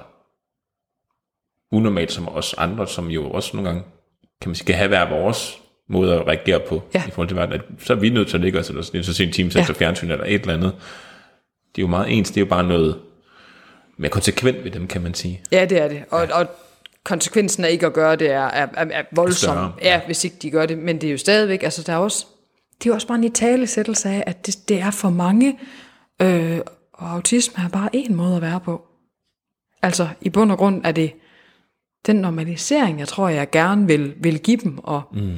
unormalt som os andre, som jo også nogle gange kan man sige, kan have hver vores måde at reagere på ja. i forhold til verden. Så er vi nødt til at ligge os, eller så se en time efter ja. fjernsyn eller et eller andet. Det er jo meget ens, det er jo bare noget mere konsekvent ved dem, kan man sige. Ja, det er det. Og, ja. og konsekvensen af ikke at gøre det er, er, er, er voldsom, ja, ja, hvis ikke de gør det. Men det er jo stadigvæk, altså der er også, det er også bare en italesættelse af, at det, det er for mange, øh, og autisme er bare en måde at være på. Altså i bund og grund er det den normalisering, jeg tror, jeg gerne vil, vil give dem. Og mm.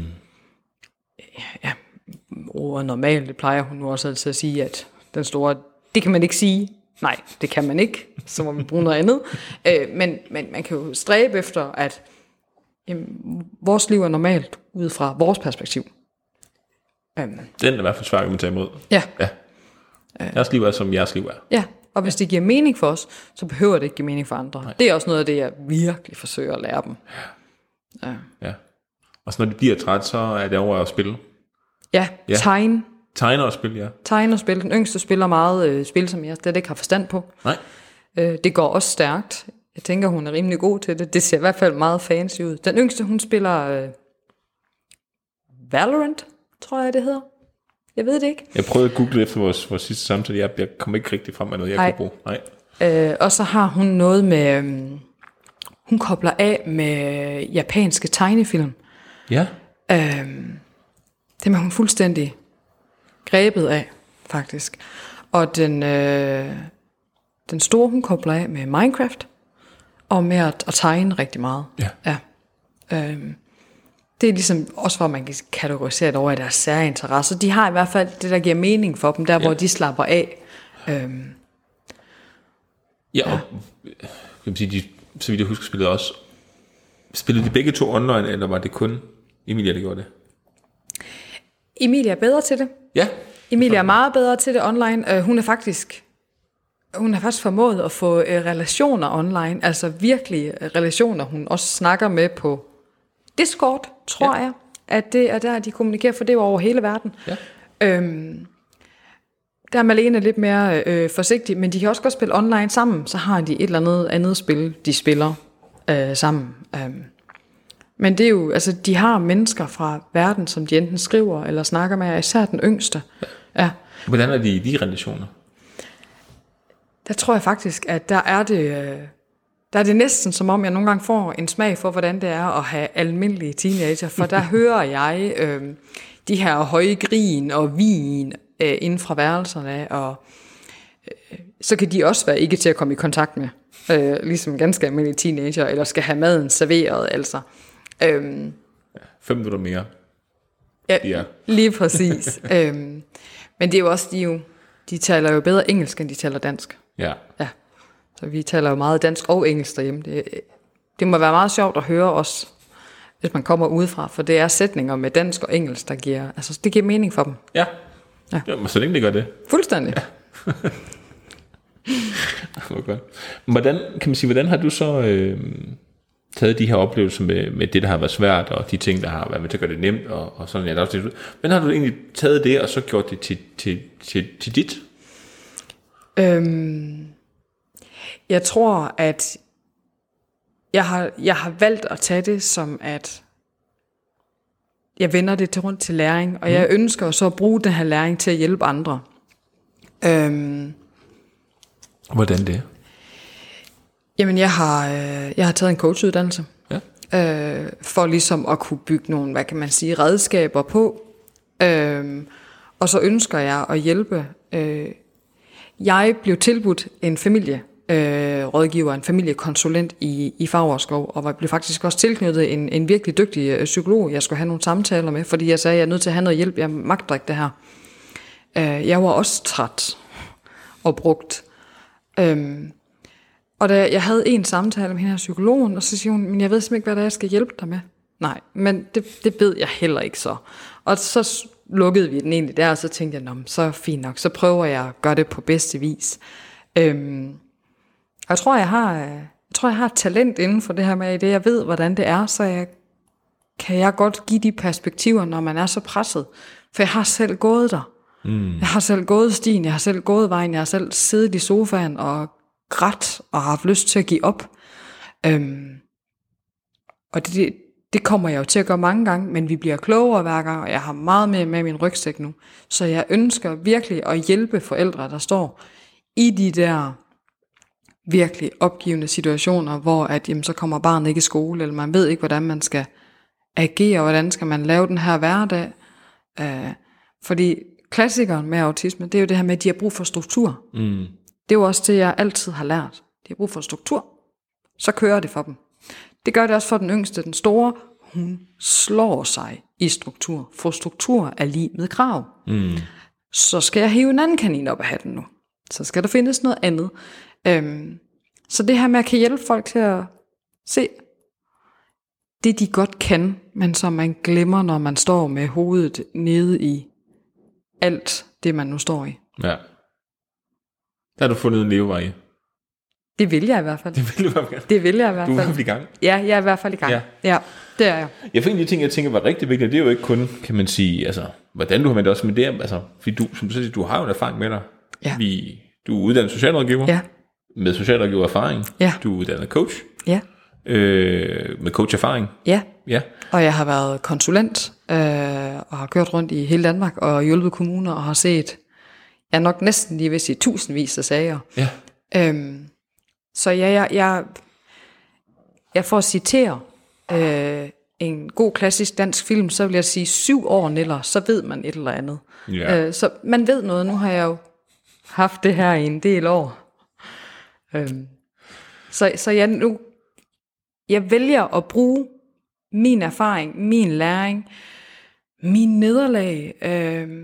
ja, ordet normalt, det plejer hun nu også altid at sige, at den store, det kan man ikke sige. Nej, det kan man ikke, så må man bruge noget andet. Øh, men, men man kan jo stræbe efter, at jamen, vores liv er normalt ud fra vores perspektiv. Um, Den er i hvert fald svær at tage imod. Ja. ja. Jeres liv er, som jeres liv er. Ja, og hvis det giver mening for os, så behøver det ikke give mening for andre. Nej. Det er også noget af det, jeg virkelig forsøger at lære dem. Ja. ja. Og så når de bliver træt, så er det over at spille. Ja, ja. tegne. Tegne og spil, ja. Tegne og spil. Den yngste spiller meget øh, spil, som jeg slet ikke har forstand på. Nej. Øh, det går også stærkt. Jeg tænker, hun er rimelig god til det. Det ser i hvert fald meget fancy ud. Den yngste, hun spiller øh, Valorant, tror jeg, det hedder. Jeg ved det ikke. Jeg prøvede at google efter vores, vores sidste samtale. Jeg, jeg kom ikke rigtig frem med noget, jeg Ej. kunne bruge. Nej. Øh, og så har hun noget med... Øh, hun kobler af med japanske tegnefilm. Ja. Øh, det er hun fuldstændig grebet af, faktisk. Og den, øh, den store, hun kobler af med Minecraft, og med at, at tegne rigtig meget. Ja. ja. Øh, det er ligesom også, hvor man kan kategorisere det over i deres særinteresser. De har i hvert fald det, der giver mening for dem, der ja. hvor de slapper af. Øh, ja, og ja. kan man sige, de, så vidt jeg husker, spillede også. Spillede de begge to online, eller var det kun Emilia, der gjorde det? Emilia er bedre til det. Ja. Emilia er meget bedre til det online. Uh, hun er faktisk hun har faktisk formået at få uh, relationer online, altså virkelig uh, relationer, hun også snakker med på Discord, tror ja. jeg, at det er der, de kommunikerer, for det er jo over hele verden. Ja. Um, der er Malene lidt mere uh, forsigtig, men de kan også godt spille online sammen, så har de et eller andet andet spil, de spiller uh, sammen. Um, Men det er jo, altså de har mennesker fra verden, som de enten skriver eller snakker med, især den yngste. Ja. Ja. Hvordan er de i de relationer? Der tror jeg faktisk, at der er det, der er det næsten som om, jeg nogle gange får en smag for, hvordan det er at have almindelige teenager. For der hører jeg øh, de her høje grin og vin øh, inden fra værelserne, og øh, så kan de også være ikke til at komme i kontakt med, øh, ligesom ganske almindelige teenager, eller skal have maden serveret, altså. Øhm, fem minutter mere. Ja, Ja. lige præcis. øhm, men det er jo også, de, jo, de taler jo bedre engelsk, end de taler dansk. Ja. Ja. Så vi taler jo meget dansk og engelsk derhjemme. Det, det må være meget sjovt at høre os, hvis man kommer udefra, for det er sætninger med dansk og engelsk, der giver, altså det giver mening for dem. Ja. Ja. Ja, så længe det gør det. Fuldstændig. Ja. Okay. Hvordan, kan man sige, hvordan har du så øh, taget de her oplevelser med, med det, der har været svært, og de ting, der har været med til at gøre det nemt, og, og sådan, ja, også det, hvordan har du egentlig taget det, og så gjort det til, til, til, til dit? Øhm, jeg tror, at jeg har, jeg har valgt at tage det som, at jeg vender det til rundt til læring, og mm. jeg ønsker så at bruge den her læring til at hjælpe andre. Øhm, Hvordan det? Jamen, jeg har, øh, jeg har taget en coachuddannelse, ja. øh, for ligesom at kunne bygge nogle, hvad kan man sige, redskaber på. Øh, og så ønsker jeg at hjælpe. Øh, jeg blev tilbudt en familierådgiver, øh, en familiekonsulent i, i Favrskov, og jeg blev faktisk også tilknyttet en, en virkelig dygtig øh, psykolog, jeg skulle have nogle samtaler med, fordi jeg sagde, at jeg er nødt til at have noget hjælp, jeg magter ikke det her. Øh, jeg var også træt og brugt. Øhm, og da jeg havde en samtale med hende her psykologen, og så siger hun, men jeg ved simpelthen ikke, hvad det er, jeg skal hjælpe dig med. Nej, men det, det ved jeg heller ikke så. Og så lukkede vi den egentlig der, og så tænkte jeg, nå, så fint nok, så prøver jeg at gøre det på bedste vis. Øhm, og jeg tror, jeg har, jeg tror, jeg har et talent inden for det her med, i det jeg ved, hvordan det er, så jeg, kan jeg godt give de perspektiver, når man er så presset. For jeg har selv gået der. Mm. Jeg har selv gået stien, jeg har selv gået vejen, jeg har selv siddet i sofaen og grædt og haft lyst til at give op. Øhm, og det, det kommer jeg jo til at gøre mange gange, men vi bliver klogere hver gang, og jeg har meget mere med min rygsæk nu. Så jeg ønsker virkelig at hjælpe forældre, der står i de der virkelig opgivende situationer, hvor at, jamen, så kommer barnet ikke i skole, eller man ved ikke, hvordan man skal agere, hvordan skal man lave den her hverdag. Øh, fordi klassikeren med autisme, det er jo det her med, at de har brug for struktur. Mm. Det er jo også det, jeg altid har lært. De har brug for struktur. Så kører det for dem. Det gør det også for den yngste, den store. Hun slår sig i struktur. For struktur er lige med krav. Mm. Så skal jeg hive en anden kanin op af hatten nu. Så skal der findes noget andet. Øhm, så det her med at kan hjælpe folk til at se det, de godt kan, men som man glemmer, når man står med hovedet nede i alt det, man nu står i. Ja. Der har du fundet en levevej i. Det vil jeg i hvert fald. Det vil du i hvert fald. Det vil jeg i hvert fald. Du er i hvert fald i gang. Ja, jeg er i hvert fald i gang. Ja, ja det er jeg. Jeg finder de ting, jeg tænker var rigtig vigtigt. Det er jo ikke kun, kan man sige, altså, hvordan du har med det også, men det er, altså, fordi du, som du siger, du har jo en erfaring med dig. Ja. Vi, du er uddannet socialrådgiver. Ja. Med socialrådgiver erfaring. Ja. Du er uddannet coach. Ja. Øh, med coach-erfaring. Ja. Ja. Og jeg har været konsulent, øh, og har kørt rundt i hele Danmark, og hjulpet kommuner, og har set, jeg nok næsten lige vil sige, tusindvis af sager. Ja. Øhm, så ja, jeg, jeg, jeg får at citere øh, en god klassisk dansk film, så vil jeg sige, syv år eller så ved man et eller andet. Ja. Øh, så man ved noget, nu har jeg jo haft det her i en del år. Øhm, så, så jeg nu, jeg vælger at bruge min erfaring, min læring, min nederlag øh,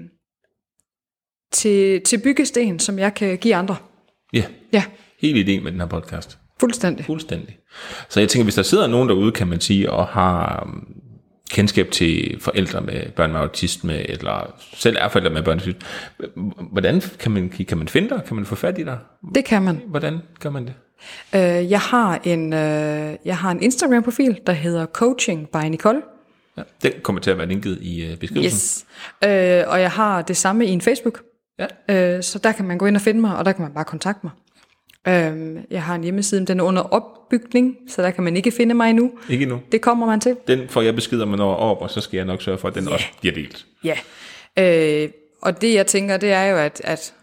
til, til byggesten, som jeg kan give andre. Ja. Ja. Hele ideen med den her podcast. Fuldstændig. Fuldstændig. Så jeg tænker, hvis der sidder nogen derude, kan man sige, og har um, kendskab til forældre med børn med autisme, eller selv er forældre med børn med autisme, hvordan kan man, kan man finde dig? Kan man få fat i dig? Det kan man. Hvordan gør man det? Uh, jeg har en, uh, jeg har en Instagram-profil, der hedder Coaching by Nicole. Ja, den kommer til at være linket i uh, beskrivelsen. Yes. Uh, og jeg har det samme i en Facebook. Ja. Uh, så der kan man gå ind og finde mig, og der kan man bare kontakte mig. Uh, jeg har en hjemmeside, den er under opbygning, så der kan man ikke finde mig endnu. Ikke endnu. Det kommer man til. Den får jeg besked om, når op, og så skal jeg nok sørge for, at den yeah. også bliver delt. Ja. Yeah. Uh, og det jeg tænker, det er jo, at, at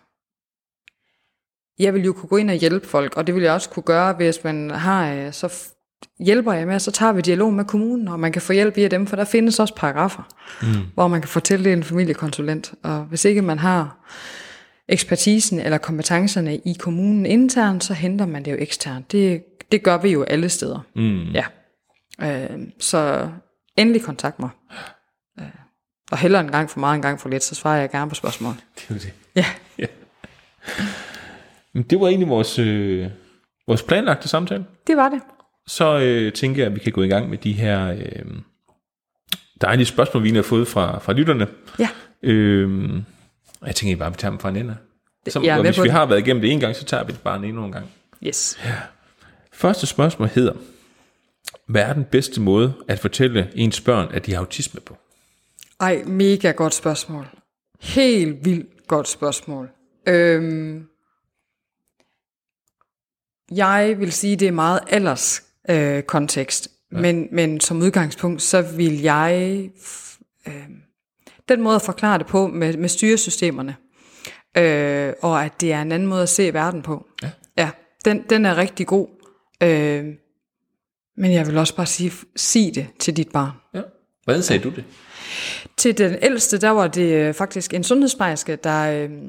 jeg vil jo kunne gå ind og hjælpe folk, og det vil jeg også kunne gøre, hvis man har, så hjælper jeg med, så tager vi dialog med kommunen, og man kan få hjælp via dem, for der findes også paragrafer, mm. hvor man kan få tildelt en familiekonsulent. Og hvis ikke man har ekspertisen eller kompetencerne i kommunen internt, så henter man det jo eksternt. Det, det gør vi jo alle steder. Mm. Ja. Øh, så endelig kontakt mig. Øh, og hellere en gang for meget, en gang for lidt, så svarer jeg gerne på spørgsmål. Det er jo det. Ja. Ja. Men det var egentlig vores, øh, vores planlagte samtale. Det var det. Så øh, tænker jeg, at vi kan gå i gang med de her øh, dejlige spørgsmål, vi har fået fra, fra lytterne. Ja. Øh, jeg tænker bare, at vi tager dem fra en ende. Så, Jeg er og med hvis på vi det. har været igennem det en gang, så tager vi det bare endnu en gang. Yes. Første spørgsmål hedder, hvad er den bedste måde at fortælle ens børn, at de har autisme på? Ej, mega godt spørgsmål. Helt vildt godt spørgsmål. Øhm, jeg vil sige, det er meget alders øh, kontekst, ja. men, men som udgangspunkt, så vil jeg øh, den måde at forklare det på med, med styresystemerne, øh, og at det er en anden måde at se verden på. Ja. Ja, den, den er rigtig god. Øh, men jeg vil også bare sige, sig det til dit barn. Ja. Hvordan sagde du det? Til den ældste, der var det faktisk en sundhedsplejerske, der... Øh,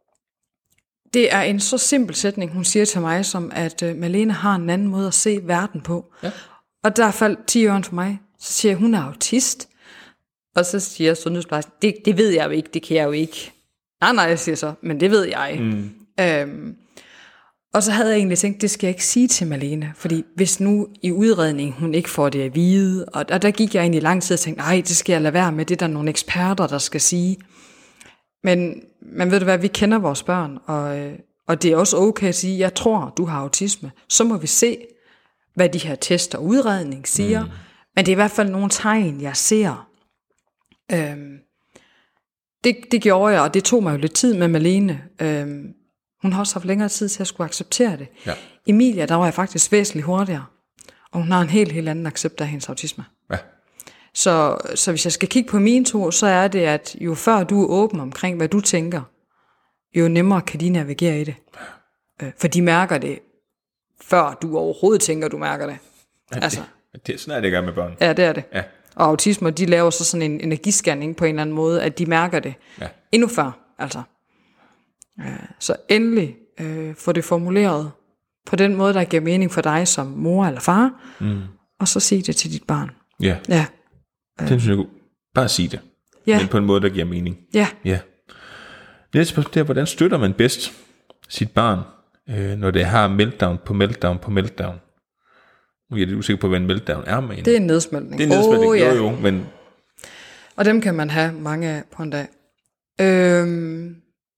det er en så simpel sætning, hun siger til mig, som at øh, Malene har en anden måde at se verden på. Ja. Og der faldt ti øren for mig. Så siger jeg, hun er autist. Og så siger sundhedsplejersken, det, det ved jeg jo ikke, det kan jeg jo ikke. Nej, nej, jeg siger så, men det ved jeg. Mm. Øhm, og så havde jeg egentlig tænkt, det skal jeg ikke sige til Malene. Fordi hvis nu i udredning, hun ikke får det at vide, og, og der gik jeg egentlig lang tid og tænkte, nej, det skal jeg lade være med, det er der nogle eksperter, der skal sige. Men, men ved du hvad, vi kender vores børn, og, øh, og det er også okay at sige, jeg tror, du har autisme. Så må vi se, hvad de her test og udredning siger. Mm. Men det er i hvert fald nogle tegn, jeg ser. Øhm, det, det gjorde jeg, og det tog mig jo lidt tid med Malene. Øhm, hun har også haft længere tid til at skulle acceptere det. Ja. Emilia, der var jeg faktisk væsentligt hurtigere. Og hun har en helt, helt anden accept af hendes autisme. Ja. Så, så hvis jeg skal kigge på mine to, så er det, at jo før du er åben omkring, hvad du tænker, jo nemmere kan de navigere i det. Øh, for de mærker det, før du overhovedet tænker, du mærker det. Ja, altså, det, det sådan er det i gang med børn. Ja, det er det. Ja. Og autismer, de laver så sådan en energiscanning på en eller anden måde, at de mærker det ja. endnu før. Altså. Øh, så endelig øh, få det formuleret på den måde, der giver mening for dig som mor eller far, mm. og så sig det til dit barn. Ja. Ja. Det synes jeg er god. Bare sig det. Ja. Men på en måde, der giver mening. Ja. Ja. Næste spørgsmål er, hvordan støtter man bedst sit barn, øh, når det har meltdown på meltdown på meltdown? Nu er jeg lidt usikker på, hvad en meltdown er med en. Det er en nedsmeltning. Det er en nedsmeltning, oh, jo ja. jo, men... Og dem kan man have mange af på en dag. Øhm,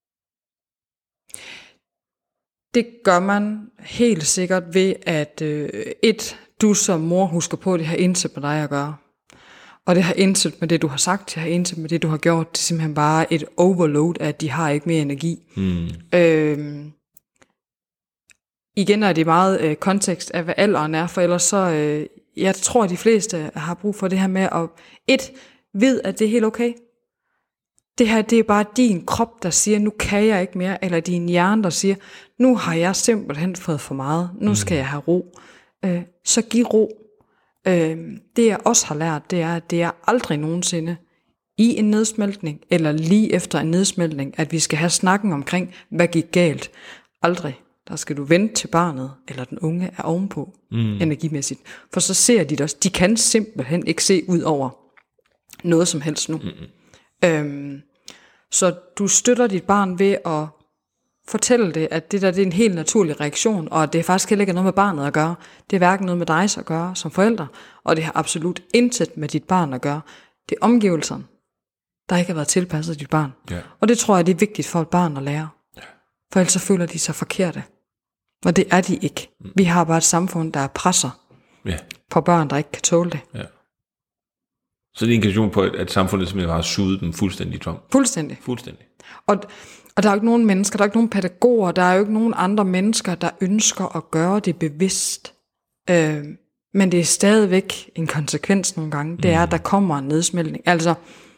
det gør man helt sikkert ved, at øh, et, du som mor husker på, at det har intet med dig at gøre. Og det har intet med det, du har sagt, det har intet med det, du har gjort. Det er simpelthen bare et overload, at de har ikke mere energi. Mm. Øhm, igen er det meget øh, kontekst af, hvad alderen er, for ellers så, øh, jeg tror, at de fleste har brug for det her med at, et, ved, at det er helt okay. Det her, det er bare din krop, der siger, nu kan jeg ikke mere, eller din hjerne, der siger, nu har jeg simpelthen fået for meget, nu skal jeg have ro. Øh, så giv ro. Øh, det jeg også har lært, det er, at det er aldrig nogensinde i en nedsmeltning, eller lige efter en nedsmeltning, at vi skal have snakken omkring, hvad gik galt. Aldrig. Der skal du vente til barnet, eller den unge er ovenpå, mm. energimæssigt. For så ser de det også. De kan simpelthen ikke se ud over noget som helst nu. Mm-hmm. Øhm, så du støtter dit barn ved at fortælle det, at det der det er en helt naturlig reaktion, og at det faktisk heller ikke er noget med barnet at gøre. Det er hverken noget med dig at gøre som forælder, og det har absolut intet med dit barn at gøre. Det er omgivelserne, der ikke har været tilpasset dit barn. Yeah. Og det tror jeg, det er vigtigt for et barn at lære. Yeah. For ellers så føler de sig forkerte. Og det er de ikke. Mm. Vi har bare et samfund, der er presser yeah. på børn, der ikke kan tåle det. Yeah. Så det er en indikation på, at samfundet simpelthen har suget dem fuldstændig tom. Fuldstændig. Fuldstændig. Og, og der er jo ikke nogen mennesker, der er ikke nogen pædagoger, der er jo ikke nogen andre mennesker, der ønsker at gøre det bevidst. Øh, men det er stadigvæk en konsekvens nogle gange. Det er, at der kommer en nedsmeltning. Altså,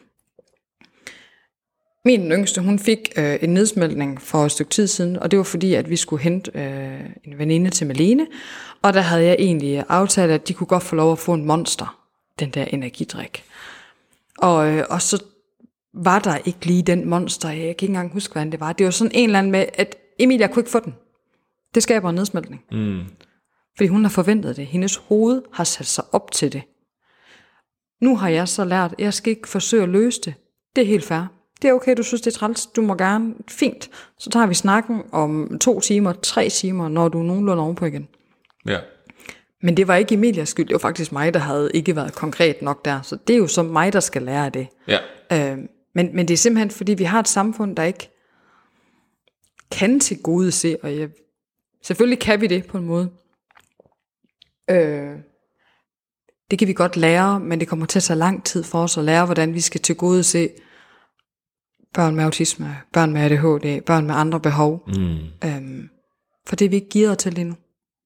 min yngste, hun fik øh, en nedsmeltning for et stykke tid siden, og det var fordi, at vi skulle hente øh, en veninde til Malene, og der havde jeg egentlig aftalt, at de kunne godt få lov at få en Monster, den der energidrik. Og, øh, og så var der ikke lige den Monster, jeg kan ikke engang huske, hvad det var. Det var sådan en eller anden med, at Emilia kunne ikke få den. Det skaber en nedsmeltning. Mm. Fordi hun har forventet det. Hendes hoved har sat sig op til det. Nu har jeg så lært, at jeg skal ikke forsøge at løse det. Det er helt fair. Det er okay, du synes, det er træls. Du må gerne. Fint. Så tager vi snakken om to timer, tre timer, når du er nogenlunde ovenpå igen. Ja. Men det var ikke Emilias skyld. Det var faktisk mig, der havde ikke været konkret nok der. Så det er jo så mig, der skal lære det. Ja. Øh, men, men det er simpelthen, fordi vi har et samfund, der ikke kan til gode se. Og jeg, selvfølgelig kan vi det på en måde. Øh, det kan vi godt lære, men det kommer til at tage lang tid for os at lære, hvordan vi skal til gode se børn med autisme, børn med A D H D, børn med andre behov. Mm. Øhm, for det er vi ikke gearet til lige nu.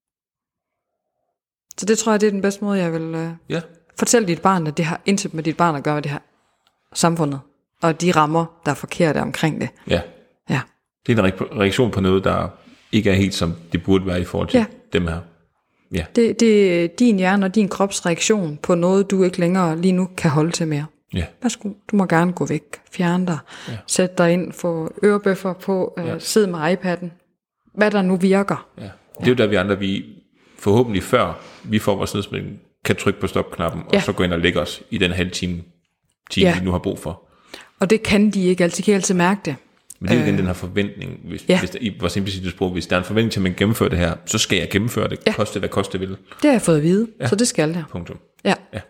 Så det tror jeg, det er den bedste måde, jeg vil øh, ja. fortælle dit barn, at det har intet med dit barn at gøre med det her samfundet, og de rammer, der er forkerte omkring det. Ja. Ja. Det er en reaktion på noget, der ikke er helt som det burde være i forhold til ja. dem her. Ja. Det, det er din hjerne og din krops reaktion på noget, du ikke længere lige nu kan holde til mere. Ja. Værsgo, du må gerne gå væk, fjerne dig, ja. Sæt dig ind, få ørebøffer på, øh, ja. Sid med iPad'en, hvad der nu virker. Ja. Det er jo der vi andre, vi forhåbentlig før vi får vores nedsmældning, kan trykke på stopknappen, og ja. Så gå ind og lægge os i den halve time, time ja. vi nu har brug for. Og det kan de ikke altid, de kan altid mærke det. Men det er jo igen øh, den her forventning, hvis, ja. hvis der, i vores implicite sprog, hvis der er en forventning til, at man gennemfører det her, så skal jeg gennemføre det, ja. Koste hvad koste vil. Det har jeg fået at vide, ja. Så det skal jeg. Punktum. Ja. ja.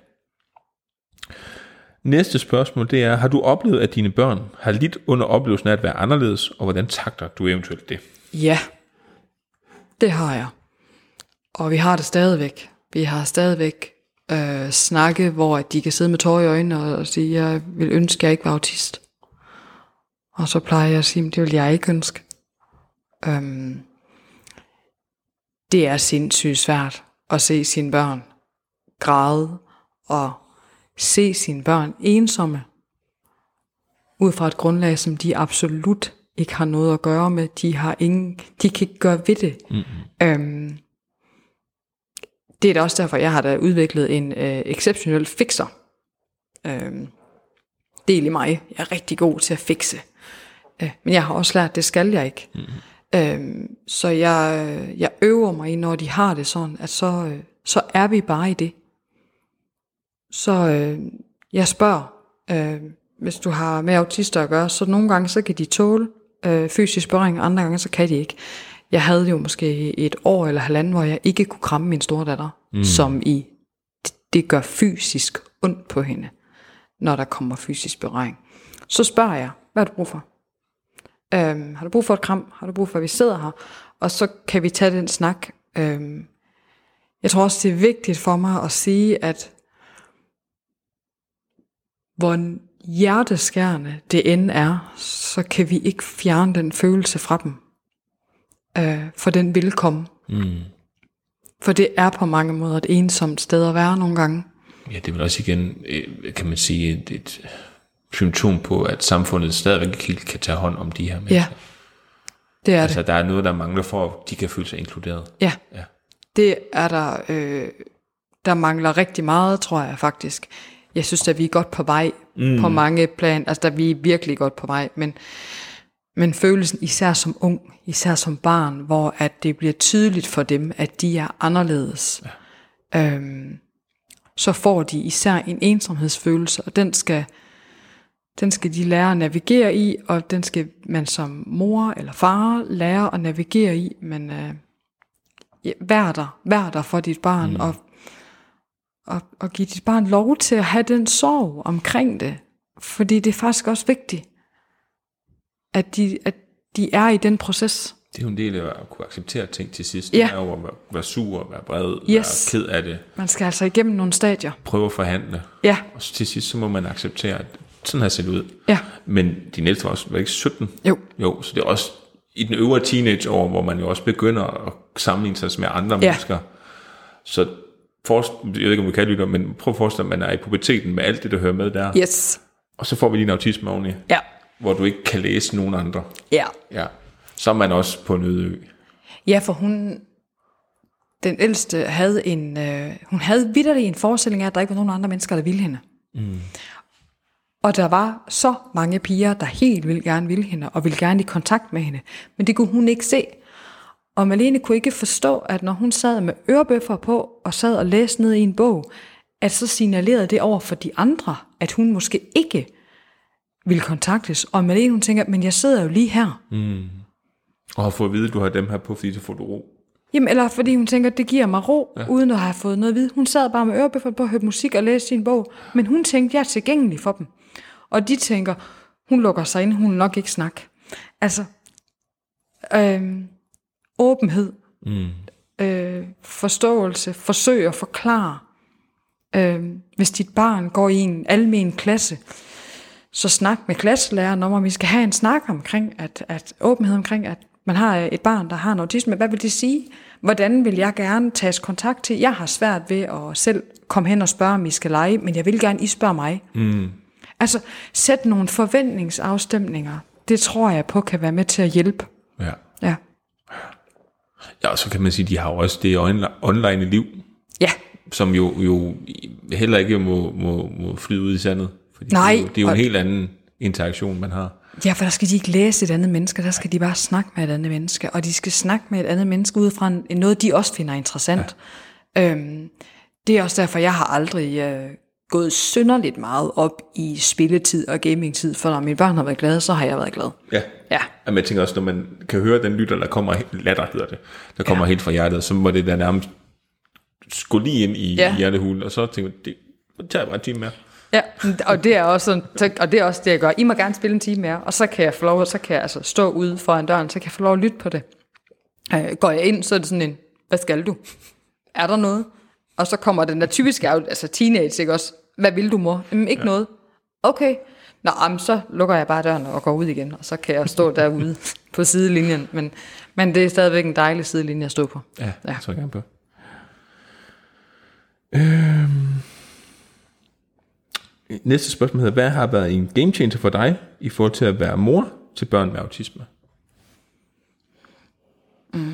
Næste spørgsmål, det er, har du oplevet, at dine børn har lidt under oplevelsen af at være anderledes, og hvordan takter du eventuelt det? Ja, det har jeg. Og vi har det stadigvæk. Vi har stadigvæk øh, snakke, hvor de kan sidde med tårer i øjnene og sige, jeg vil ønske, at jeg ikke var autist. Og så plejer jeg at sige, det vil jeg ikke ønske. Øhm, det er sindssygt svært at se sine børn græde og se sine børn ensomme ud fra et grundlag, som de absolut ikke har noget at gøre med. De har ingen, de kan ikke gøre ved det. Mm-hmm. Øhm, det er da også derfor, jeg har da udviklet en øh, exceptionel fixer. Øhm, del i mig. Jeg er rigtig god til at fikse. Øh, men jeg har også lært, det skal jeg ikke. Mm-hmm. Øhm, så jeg, jeg øver mig i, når de har det sådan, at så, øh, så er vi bare i det. Så øh, jeg spørger, øh, hvis du har med autister at gøre, så nogle gange så kan de tåle øh, fysisk berøring, andre gange så kan de ikke. Jeg havde jo måske et år eller halvanden, hvor jeg ikke kunne kramme min store datter, mm. som i, det, det gør fysisk ondt på hende, når der kommer fysisk berøring. Så spørger jeg, hvad har du brug for? Øhm, har du brug for et kram? Har du brug for, at vi sidder her? Og så kan vi tage den snak. Øhm, jeg tror også, det er vigtigt for mig at sige, at hvor hjerteskærende det end er, så kan vi ikke fjerne den følelse fra dem. Øh, for den vil komme. Mm. For det er på mange måder et ensomt sted at være nogle gange. Ja, det er vel også igen, kan man sige, et, et symptom på, at samfundet stadigvæk ikke helt kan tage hånd om de her mennesker. Ja, det er altså, det. der er noget, der mangler for, at de kan føle sig inkluderet. Ja, ja. Det er der, øh, der mangler rigtig meget, tror jeg faktisk. Jeg synes, at vi er godt på vej mm. på mange plan. Altså, der vi er virkelig godt på vej, men Men følelsen, især som ung, især som barn, hvor at det bliver tydeligt for dem, at de er anderledes, ja. øhm, så får de især en ensomhedsfølelse, og den skal, den skal de lære at navigere i, og den skal man som mor eller far lære at navigere i, men øh, ja, vær der, vær der for dit barn, mm. og, og, og give dit barn lov til at have den sorg omkring det, fordi det er faktisk også vigtigt. At de, at de er i den proces. Det er jo en del af at kunne acceptere ting til sidst. Ja. Det er jo at være, være sur, være vred, yes. være ked af det. Man skal altså igennem nogle stadier. Prøve at forhandle. Ja. Og til sidst så må man acceptere, at sådan har set ud. Ja. Men din ældste var også var ikke sytten. Jo. Jo, så det er også i den øvre teenageår, hvor man jo også begynder at sammenligne sig med andre ja. mennesker. Så forst, jeg ved ikke, om vi kan lytte, men prøv at forestille dig, at man er i puberteten med alt det, der hører med der. Yes. Og så får vi lige en autisme oveni. Ja. Hvor du ikke kan læse nogen andre. Ja. Ja. Så er man også på en øde ø. Ja, for hun, den ældste, havde en, øh, hun havde vitterlig en forestilling af, at der ikke var nogen andre mennesker, der ville hende. Mm. Og der var så mange piger, der helt vildt gerne ville hende, og ville gerne i kontakt med hende. Men det kunne hun ikke se. Og Malene kunne ikke forstå, at når hun sad med ørebøffer på, og sad og læste ned i en bog, at så signalerede det over for de andre, at hun måske ikke ville kontaktes. Og Malene, hun tænker, men jeg sidder jo lige her. Mm. Og har fået at vide, at du har dem her på, fordi så får du ro. Jamen, eller fordi hun tænker, at det giver mig ro, ja. uden at have fået noget at vide. Hun sad bare med ørebøffer på at høre musik og læse sin bog, men hun tænkte, jeg er tilgængelig for dem. Og de tænker, hun lukker sig ind, hun vil nok ikke snakke. Altså, øh, åbenhed, mm. øh, forståelse, forsøg at forklare. Øh, hvis dit barn går i en almen klasse, så snak med klasselæreren om, at vi skal have en snak omkring, at, at åbenhed omkring, at man har et barn, der har en autisme. Hvad vil det sige? Hvordan vil jeg gerne tages kontakt til? Jeg har svært ved at selv komme hen og spørge, om I skal lege, men jeg vil gerne, I spørger mig. Mm. Altså, sæt nogle forventningsafstemninger. Det tror jeg på kan være med til at hjælpe. Ja. Ja. Ja, og så kan man sige, de har jo også det online liv. Ja. Som jo, jo heller ikke må, må, må flyde ud i sandet. Fordi Nej. Det er jo, det er jo en helt anden interaktion, man har. Ja, for der skal de ikke læse et andet menneske, der skal de bare snakke med et andet menneske, og de skal snakke med et andet menneske ud fra noget, de også finder interessant. Ja. Øhm, det er også derfor, jeg har aldrig øh, gået synderligt meget op i spilletid og gamingtid, for når mine børn har været glade, så har jeg været glad. Ja, ja. Og jeg tænker også, når man kan høre den lytter, der kommer, latter hedder det, der kommer ja. helt fra hjertet, så må det der nærmest gå lige ind i ja. hjertehulen, og så tænker jeg, det tager bare en time mere. Ja, og det er også og det er også det jeg gør. I må gerne spille en time mere, og så kan jeg få lov, så kan jeg altså stå ude foran døren, så kan jeg få lov at lytte på det. Øh, går jeg ind, så er det sådan en, hvad skal du? Er der noget? Og så kommer den der typiske, altså teenage, ikke også? Hvad vil du, mor? Jamen, ikke ja. noget. Okay. Nå, jamen, så lukker jeg bare døren og går ud igen, og så kan jeg stå derude på sidelinjen. Men, men det er stadigvæk en dejlig sidelinje at stå på. Ja, ja. Så gerne på. Øhm. Næste spørgsmål hedder, hvad har været en game changer for dig i forhold til at være mor til børn med autisme? Mm.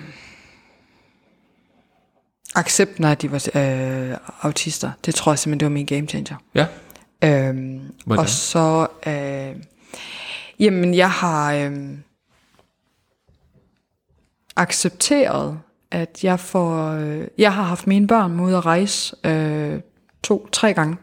Accepten af, at de var øh, autister, det tror jeg simpelthen, det var min game changer. Ja. Øhm, og så, øh, jamen jeg har øh, accepteret, at jeg får, øh, jeg har haft mine børn med ud at rejse øh, to, tre gange.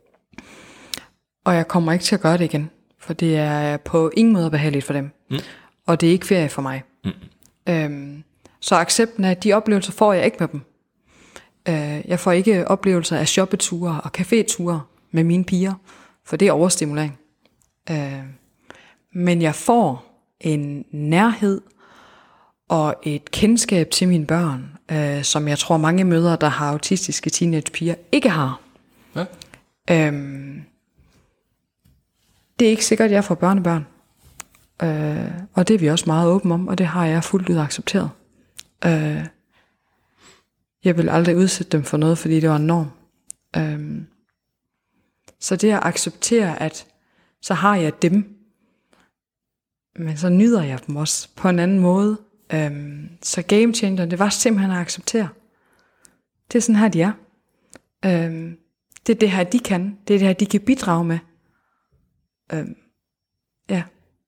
Og jeg kommer ikke til at gøre det igen, for det er på ingen måde behageligt for dem. Mm. Og det er ikke ferie for mig. Mm. Øhm, så accepten af, at de oplevelser får jeg ikke med dem. Øh, jeg får ikke oplevelser af shoppeture og caféture med mine piger, for det er overstimulering. Øh, men jeg får en nærhed og et kendskab til mine børn, øh, som jeg tror mange mødre, der har autistiske teenagepiger, ikke har. Ja. Øhm, Det er ikke sikkert, at jeg får børnebørn. Øh, og det er vi også meget åbne om, og det har jeg fuldt ud accepteret. Øh, jeg vil aldrig udsætte dem for noget, fordi det var en norm. Øh, så det at acceptere, at så har jeg dem, men så nyder jeg dem også på en anden måde. Øh, så game changer, det var simpelthen at acceptere. Det er sådan her, de er. Øh, det er det her, de kan. Det er det her, de kan bidrage med. Øhm, ja.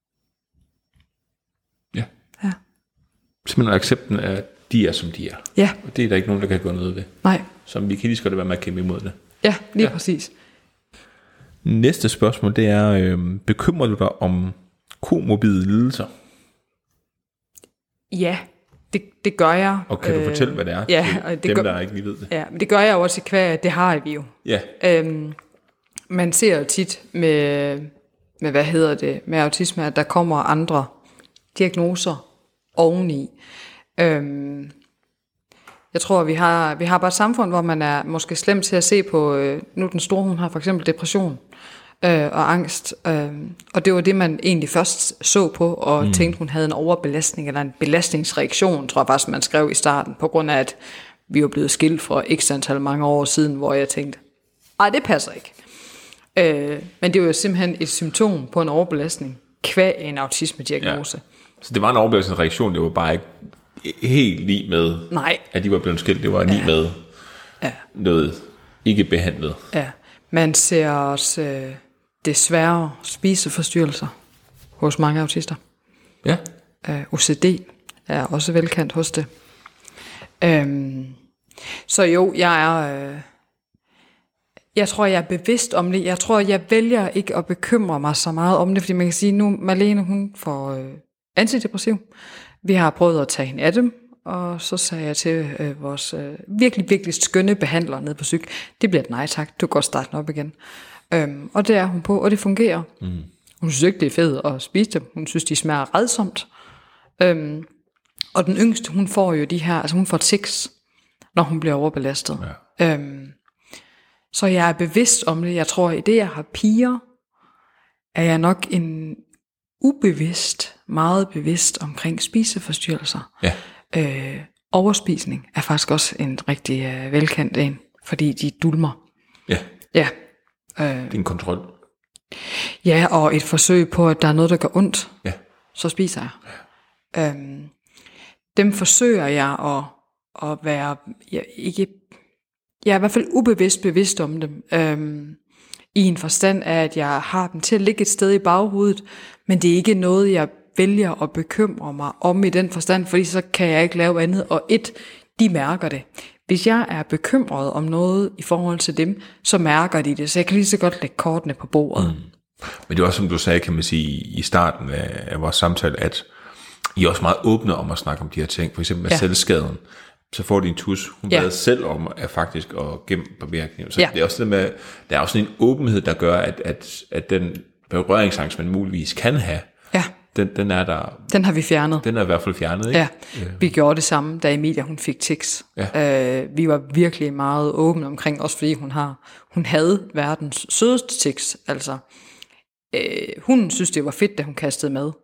Ja. Ja. Simpelthen accepten af, at de er, som de er. Ja. Og det er der ikke nogen, der kan gøre noget ved. Nej. Som vi kan lige så godt være med at kæmpe imod det. Ja, lige ja. præcis. Næste spørgsmål, det er, øh, bekymrer du dig om komorbide lidelser? Ja, det, det gør jeg. Og kan du øh, fortælle, hvad det er? Ja, og det dem, gør, der ikke lige ved det. Ja, men det gør jeg også i kvæg, det har vi jo. Ja. Øhm, man ser jo tit med, med, hvad hedder det, med autisme, at der kommer andre diagnoser oveni. Øhm, jeg tror, vi har, vi har bare et samfund, hvor man er måske slemt til at se på, øh, nu den store, hun har for eksempel depression øh, og angst, øh, og det var det, man egentlig først så på, og mm. tænkte, hun havde en overbelastning, eller en belastningsreaktion, tror jeg faktisk, man skrev i starten, på grund af, at vi var blevet skilt for x antal mange år siden, hvor jeg tænkte, ej, det passer ikke. Øh, men det var jo simpelthen et symptom på en overbelastning, kvæg en autisme-diagnose. Ja. Så det var en overbelastningsreaktion, det var bare ikke helt lige med, Nej. At de var blevet skilt, det var lige ja. med ja. noget ikke behandlet. Ja, man ser også øh, desværre spiseforstyrrelser hos mange autister. Ja. Øh, O C D er også velkendt hos det. Øhm, så jo, jeg er... Øh, Jeg tror, jeg er bevidst om det. Jeg tror, jeg vælger ikke at bekymre mig så meget om det, fordi man kan sige, nu Marlene, hun får øh, antidepressiv. Vi har prøvet at tage hende af dem, og så sagde jeg til øh, vores øh, virkelig, virkelig skønne behandler nede på psyk, det bliver et nej tak, du kan godt starte den op igen. Øhm, og det er hun på, og det fungerer. Mm. Hun synes ikke, det er fedt at spise dem. Hun synes, de smager rædsomt. Øhm, og den yngste, hun får jo de her, altså hun får tics, når hun bliver overbelastet. Ja. Øhm, så jeg er bevidst om det. Jeg tror, i det, jeg har piger, er jeg nok en ubevidst, meget bevidst omkring spiseforstyrrelser. Ja. Øh, overspisning er faktisk også en rigtig øh, velkendt en, fordi de dulmer. Ja. Ja. Øh, det er en kontrol. Ja, og et forsøg på, at der er noget, der gør ondt. Ja. Så spiser jeg. Ja. Øhm, dem forsøger jeg at, at være, jeg, ikke, jeg er i hvert fald ubevidst bevidst om dem. Øhm, I en forstand af, at jeg har dem til at ligge et sted i baghovedet, men det er ikke noget, jeg vælger at bekymre mig om i den forstand, fordi så kan jeg ikke lave andet. Og et, de mærker det. Hvis jeg er bekymret om noget i forhold til dem, så mærker de det, så jeg kan lige så godt lægge kortene på bordet. Mm. Men det er også, som du sagde, kan man sige, i starten af, af vores samtale, at I er også meget åbne om at snakke om de her ting. For eksempel med ja. selvskaden, så får de en tus. Hun ja. bad selv om at faktisk at gemme barberkniven. Så ja. det er også det med, der er også en åbenhed, der gør, at, at, at den berøringsangst, man muligvis kan have, ja. den, den er der. Den har vi fjernet. Den er i hvert fald fjernet, ikke? Ja, vi gjorde det samme, da Emilia hun fik tics. Ja. Øh, vi var virkelig meget åbne omkring, også fordi hun har, hun havde verdens sødeste tics, altså. Øh, hun synes, det var fedt, da hun kastede mad.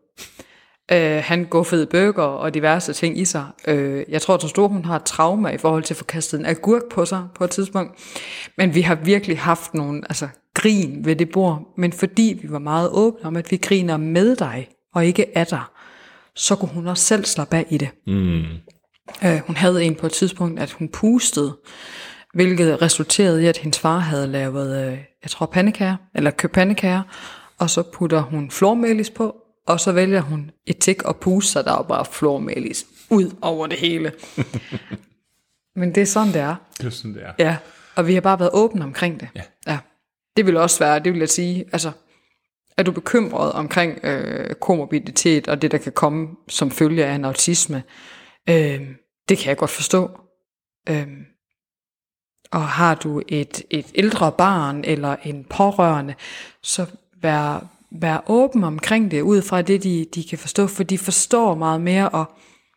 Øh, han guffede burger og diverse ting i sig. Øh, jeg tror, at hun har et trauma i forhold til at få kastet en agurk på sig på et tidspunkt. Men vi har virkelig haft nogle altså, grin ved det bord. Men fordi vi var meget åbne om, at vi griner med dig og ikke af dig, så kunne hun også selv slappe af i det. Mm. Øh, hun havde en på et tidspunkt, at hun pustede, hvilket resulterede i, at hendes far havde lavet, øh, jeg tror, pandekager, eller købt pandekager, og så putter hun flormelis på, og så vælger hun et tik og puste, så der er bare flormelis ud over det hele. Men det er sådan, det er. Det er sådan, det er. Ja, og vi har bare været åbne omkring det. Ja. Ja. Det vil også være, det vil jeg sige, altså, er du bekymret omkring øh, komorbiditet, og det, der kan komme som følge af en autisme, øh, det kan jeg godt forstå. Øh, og har du et, et ældre barn, eller en pårørende, så vær, vær åben omkring det, ud fra det, de, de kan forstå, for de forstår meget mere, og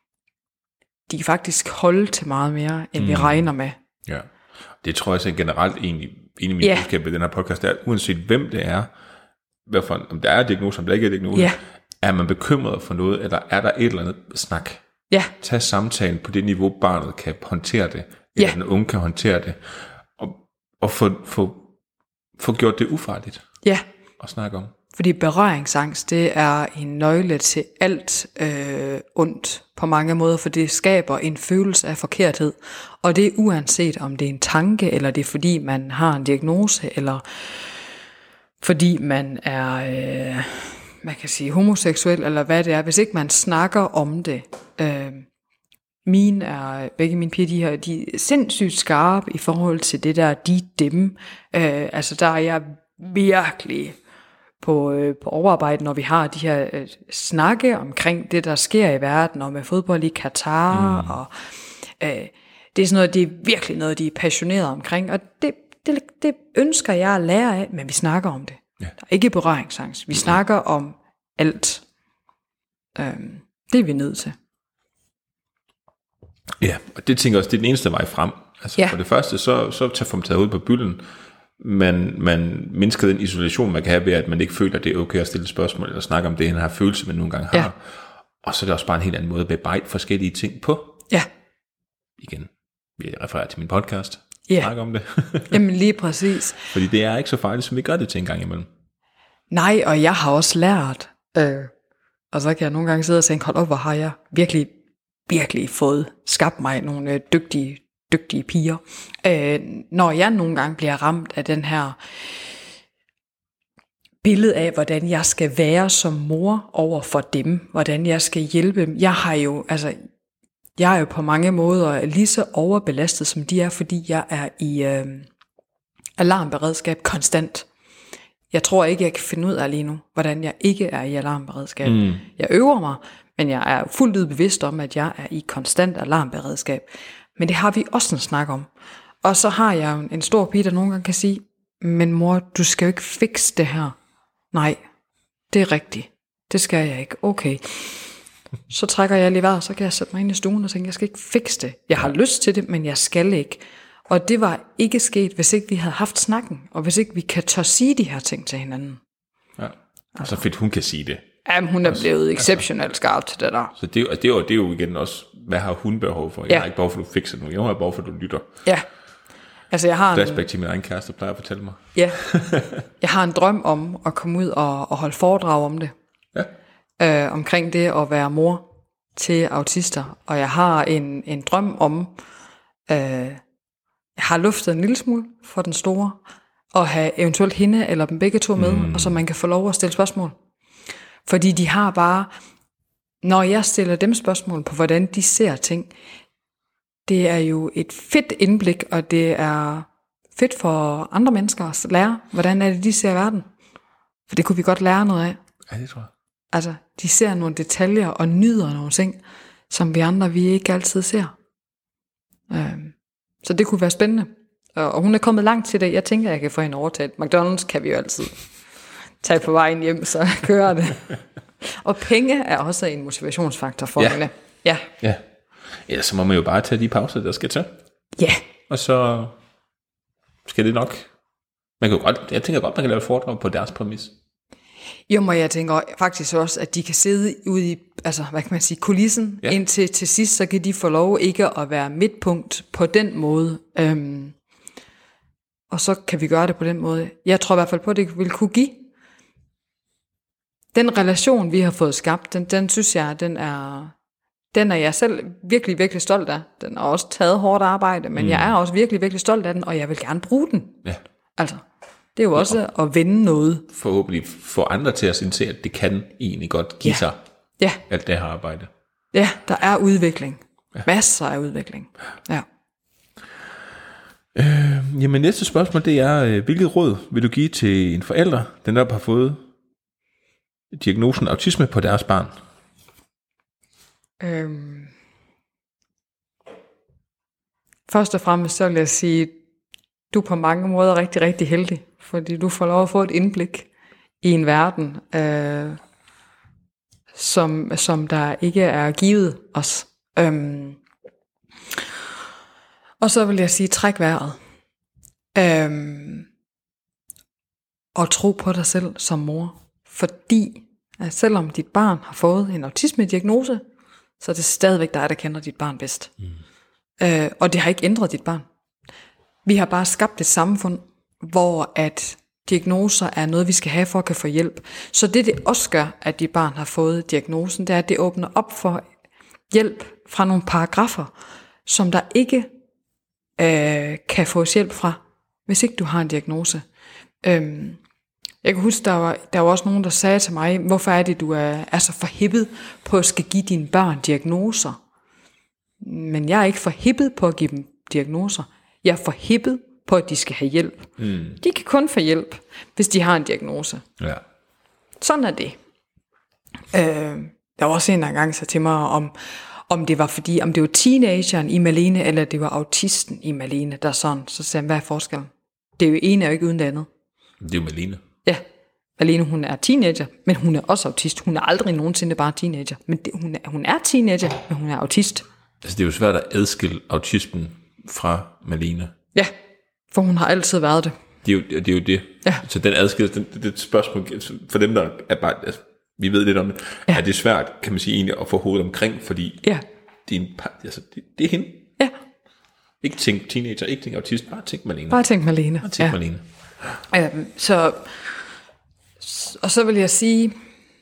de kan faktisk holde til meget mere, end mm. vi regner med. Ja, det tror jeg så generelt egentlig, en af mine ja. budskaber i den her podcast, er, uanset hvem det er, hvorfor, om der er diagnose, om der ikke er diagnose, ja. er man bekymret for noget, eller er der et eller andet snak? Ja. Tag samtalen på det niveau, barnet kan håndtere det, eller ja. den unge kan håndtere det, og, og få, få, få gjort det ufarligt. Ja. At snakke om. Fordi berøringsangst, det er en nøgle til alt øh, ondt på mange måder, for det skaber en følelse af forkerthed. Og det er uanset om det er en tanke, eller det er fordi man har en diagnose, eller fordi man er, øh, man kan sige homoseksuel, eller hvad det er. Hvis ikke man snakker om det. Øh, mine er, begge mine piger, de, her, de er sindssygt skarpe i forhold til det der, de dem. Øh, altså der er jeg virkelig på, øh, på overarbejde, når vi har de her øh, snakke omkring det, der sker i verden, og med fodbold i Katar, mm. og øh, det er sådan noget, det er virkelig noget, de er passionerede omkring, og det, det, det ønsker jeg at lære af, men vi snakker om det. Ja. Der er ikke berøringsangst. Vi mm. snakker om alt. Øhm, det er vi nødt til. Ja, og det tænker jeg også, det er den eneste vej frem. Altså ja. For det første, så, så tager man taget ud på bylden, man, man mindsker den isolation, man kan have ved, at man ikke føler, at det er okay at stille spørgsmål, eller snakke om det, han har følelse, man nogle gange har. Ja. Og så er det også bare en helt anden måde at bearbejde forskellige ting på. Ja. Igen, vi refererer til min podcast. Ja. Snakke om det. Jamen lige præcis. Fordi det er ikke så farligt, som vi gør det til en gang imellem. Nej, og jeg har også lært, øh, og så kan jeg nogle gange sidde og tænke, hold op, hvor har jeg virkelig, virkelig fået skabt mig nogle øh, dygtige, dygtige piger. Øh, når jeg nogle gange bliver ramt af den her billede af, hvordan jeg skal være som mor over for dem, hvordan jeg skal hjælpe dem. Jeg har jo, altså, jeg er jo på mange måder lige så overbelastet, som de er, fordi jeg er i, øh, alarmberedskab konstant. Jeg tror ikke, jeg kan finde ud af lige nu, hvordan jeg ikke er i alarmberedskab. Mm. Jeg øver mig, men jeg er fuldt ud bevidst om, at jeg er i konstant alarmberedskab. Men det har vi også en snak om. Og så har jeg jo en stor pige, der nogle gange kan sige, men mor, du skal jo ikke fikse det her. Nej, det er rigtigt. Det skal jeg ikke. Okay. Så trækker jeg lige vejret, så kan jeg sætte mig ind i stuen og tænke, jeg skal ikke fikse det. Jeg har lyst til det, men jeg skal ikke. Og det var ikke sket, hvis ikke vi havde haft snakken, og hvis ikke vi kan tør sige de her ting til hinanden. Ja, og så fedt hun kan sige det. Jamen, hun er blevet exceptionelt skarp til det der. Så det, det, er jo, det er jo igen også, hvad har hun behov for? Jeg ja. har ikke behov for, at du fikser noget. Jeg har behov for, at du lytter. Ja. Altså, jeg har flashback en, til min egen kæreste, plejer at fortælle mig. Ja. Jeg har en drøm om at komme ud og, og holde foredrag om det. Ja. Øh, omkring det at være mor til autister. Og jeg har en, en drøm om, øh, jeg har luftet en lille smule for den store, og have eventuelt hende eller dem begge to med, mm. og så man kan få lov at stille spørgsmål. Fordi de har bare, når jeg stiller dem spørgsmål på, hvordan de ser ting, det er jo et fedt indblik, og det er fedt for andre mennesker at lære, hvordan er det, de ser verden. For det kunne vi godt lære noget af. Ja, det tror jeg. Altså, de ser nogle detaljer og nyder nogle ting, som vi andre, vi ikke altid ser. Øhm, så det kunne være spændende. Og hun er kommet langt til det. Jeg tænker, jeg kan få hende overtaget. McDonald's kan vi jo altid tage på vejen hjem, så kører det. Og penge er også en motivationsfaktor for ja. hende. Ja. Ja. Ellers så må man jo bare tage de pauser, der skal tage. Ja. Og så skal det nok. Man kan jo godt, jeg tænker godt, man kan lave et foredrag på deres præmis. Jo, og jeg tænker faktisk også, at de kan sidde ude i, altså, hvad kan man sige, kulissen, ja. indtil til sidst, så kan de få lov ikke at være midtpunkt på den måde. Øhm, og så kan vi gøre det på den måde. Jeg tror i hvert fald på, at det vil kunne give. Den relation, vi har fået skabt, den, den synes jeg, den er, den er jeg selv virkelig, virkelig stolt af. Den har også taget hårdt arbejde, men mm. jeg er også virkelig, virkelig stolt af den, og jeg vil gerne bruge den. Ja. Altså, det er jo også ja. at vende noget. Forhåbentlig få andre til at indse, at det kan egentlig godt give ja. sig, ja. alt det her arbejde. Ja, der er udvikling. Ja. Masser af udvikling. Ja. Øh, jamen næste spørgsmål, det er, hvilket råd vil du give til en forælder, den der har fået diagnosen autisme på deres barn? Øhm. Først og fremmest så vil jeg sige, du er på mange måder rigtig, rigtig heldig, fordi du får lov at få et indblik i en verden, øh, som, som der ikke er givet os. Øhm. Og så vil jeg sige, træk vejret. Øhm. Og tro på dig selv som mor. Fordi at selvom dit barn har fået en autisme-diagnose, så er det stadigvæk dig, der kender dit barn bedst. Mm. Øh, og det har ikke ændret dit barn. Vi har bare skabt et samfund, hvor at diagnoser er noget, vi skal have for at kan få hjælp. Så det, det også gør, at dit barn har fået diagnosen, det er, at det åbner op for hjælp fra nogle paragrafer, som der ikke øh, kan fås hjælp fra, hvis ikke du har en diagnose. Øhm, Jeg kan huske, der var, der var også nogen, der sagde til mig, hvorfor er det, du er, er så forhippet på at skal give dine børn diagnoser? Men jeg er ikke forhippet på at give dem diagnoser. Jeg er forhippet på, at de skal have hjælp. Mm. De kan kun få hjælp, hvis de har en diagnose. Ja. Sådan er det. Øh, der var også en, der engang sagde til mig, om, om det var fordi, om det var teenageren i Malene, eller det var autisten i Malene, der sådan. Så sagde han, hvad er forskellen? Det er jo ene er jo ikke uden det andet. Det er jo Malene. Ja, Malene, hun er teenager, men hun er også autist. Hun er aldrig nogensinde bare teenager. Men det, hun, er, hun er teenager, men hun er autist. Altså det er jo svært at adskille autismen fra Malene. Ja, for hun har altid været det. Det er jo det. Er jo det. Ja. Så den adskillelse, det, det, det spørgsmål for dem, der er bare, altså, vi ved lidt om det, ja. Er det svært, kan man sige egentlig, at få hovedet omkring, fordi ja. det, er en, altså, det, det er hende. Ja. Ikke tænk teenager, ikke tænk autist, bare tænk Malene. Bare tænk Malene. Bare tænk ja. Malene. Øhm, så, og så vil jeg sige,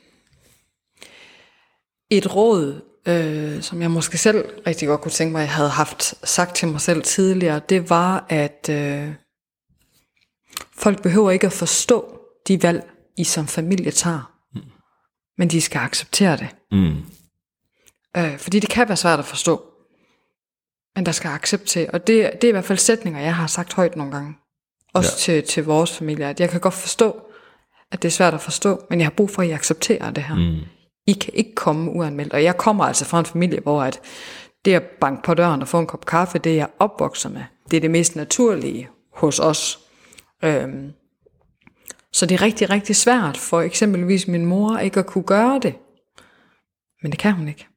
et råd, øh, som jeg måske selv rigtig godt kunne tænke mig, jeg havde haft sagt til mig selv tidligere, det var, at øh, folk behøver ikke at forstå de valg, I som familie tager, mm. men de skal acceptere det. Mm. Øh, fordi det kan være svært at forstå, men der skal accept til, og det, det er i hvert fald sætninger, jeg har sagt højt nogle gange. Også Ja. til, til vores familie. At jeg kan godt forstå, at det er svært at forstå, men jeg har brug for, at I accepterer det her. Mm. I kan ikke komme uanmeldt. Og jeg kommer altså fra en familie, hvor at det at banke på døren og få en kop kaffe, det er jeg opvokset med. Det er det mest naturlige hos os. Øhm, så det er rigtig, rigtig svært for eksempelvis min mor ikke at kunne gøre det. Men det kan hun ikke.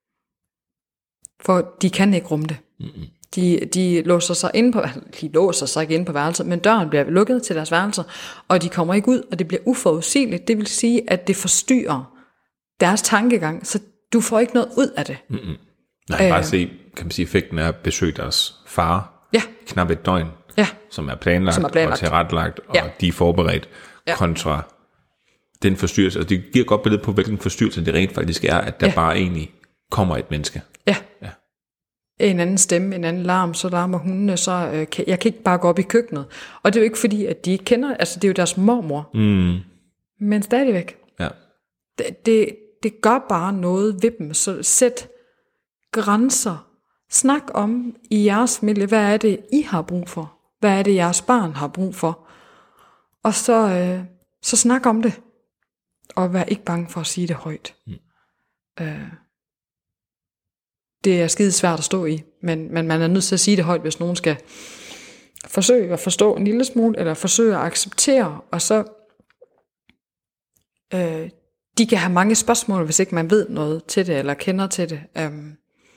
For de kan ikke rumme det. Mm-hmm. De, de låser sig ind på, de låser sig ikke ind på værelset, men døren bliver lukket til deres værelser, og de kommer ikke ud, og det bliver uforudsigeligt. Det vil sige, at det forstyrrer deres tankegang, så du får ikke noget ud af det. Mm-hmm. Nej, bare se, kan man sige, effekten er at besøge deres far, ja. knap et døgn, ja. som er planlagt, som er planlagt. og tilrettelagt, og ja. de er forberedt, ja. kontra den forstyrrelse. Og det giver et godt billede på, hvilken forstyrrelse det rent faktisk er, at der ja. bare egentlig kommer et menneske. Ja. ja. En anden stemme, en anden larm, så larmer hundene, så øh, kan, jeg kan ikke bare gå op i køkkenet. Og det er jo ikke fordi, at de ikke kender, altså det er jo deres mormor. Mm. Men stadigvæk. Ja. Det, det, det gør bare noget ved dem, så sæt grænser. Snak om i jeres familie, hvad er det, I har brug for? Hvad er det, jeres barn har brug for? Og så, øh, så snak om det. Og vær ikke bange for at sige det højt. Mm. Øh, det er skide svært at stå i, men, men man er nødt til at sige det højt, hvis nogen skal forsøge at forstå en lille smule, eller forsøge at acceptere, og så øh, de kan have mange spørgsmål, hvis ikke man ved noget til det, eller kender til det. Um,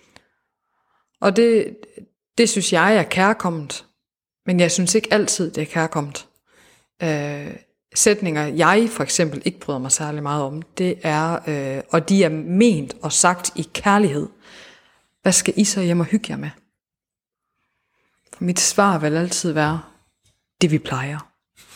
og det, det synes jeg er kærkomment, men jeg synes ikke altid, det er kærkomment. Uh, sætninger, jeg for eksempel ikke bryder mig særlig meget om, det er, øh, og de er ment og sagt i kærlighed. Hvad skal I så hjem og hygge jer med? For mit svar vil altid være, det vi plejer.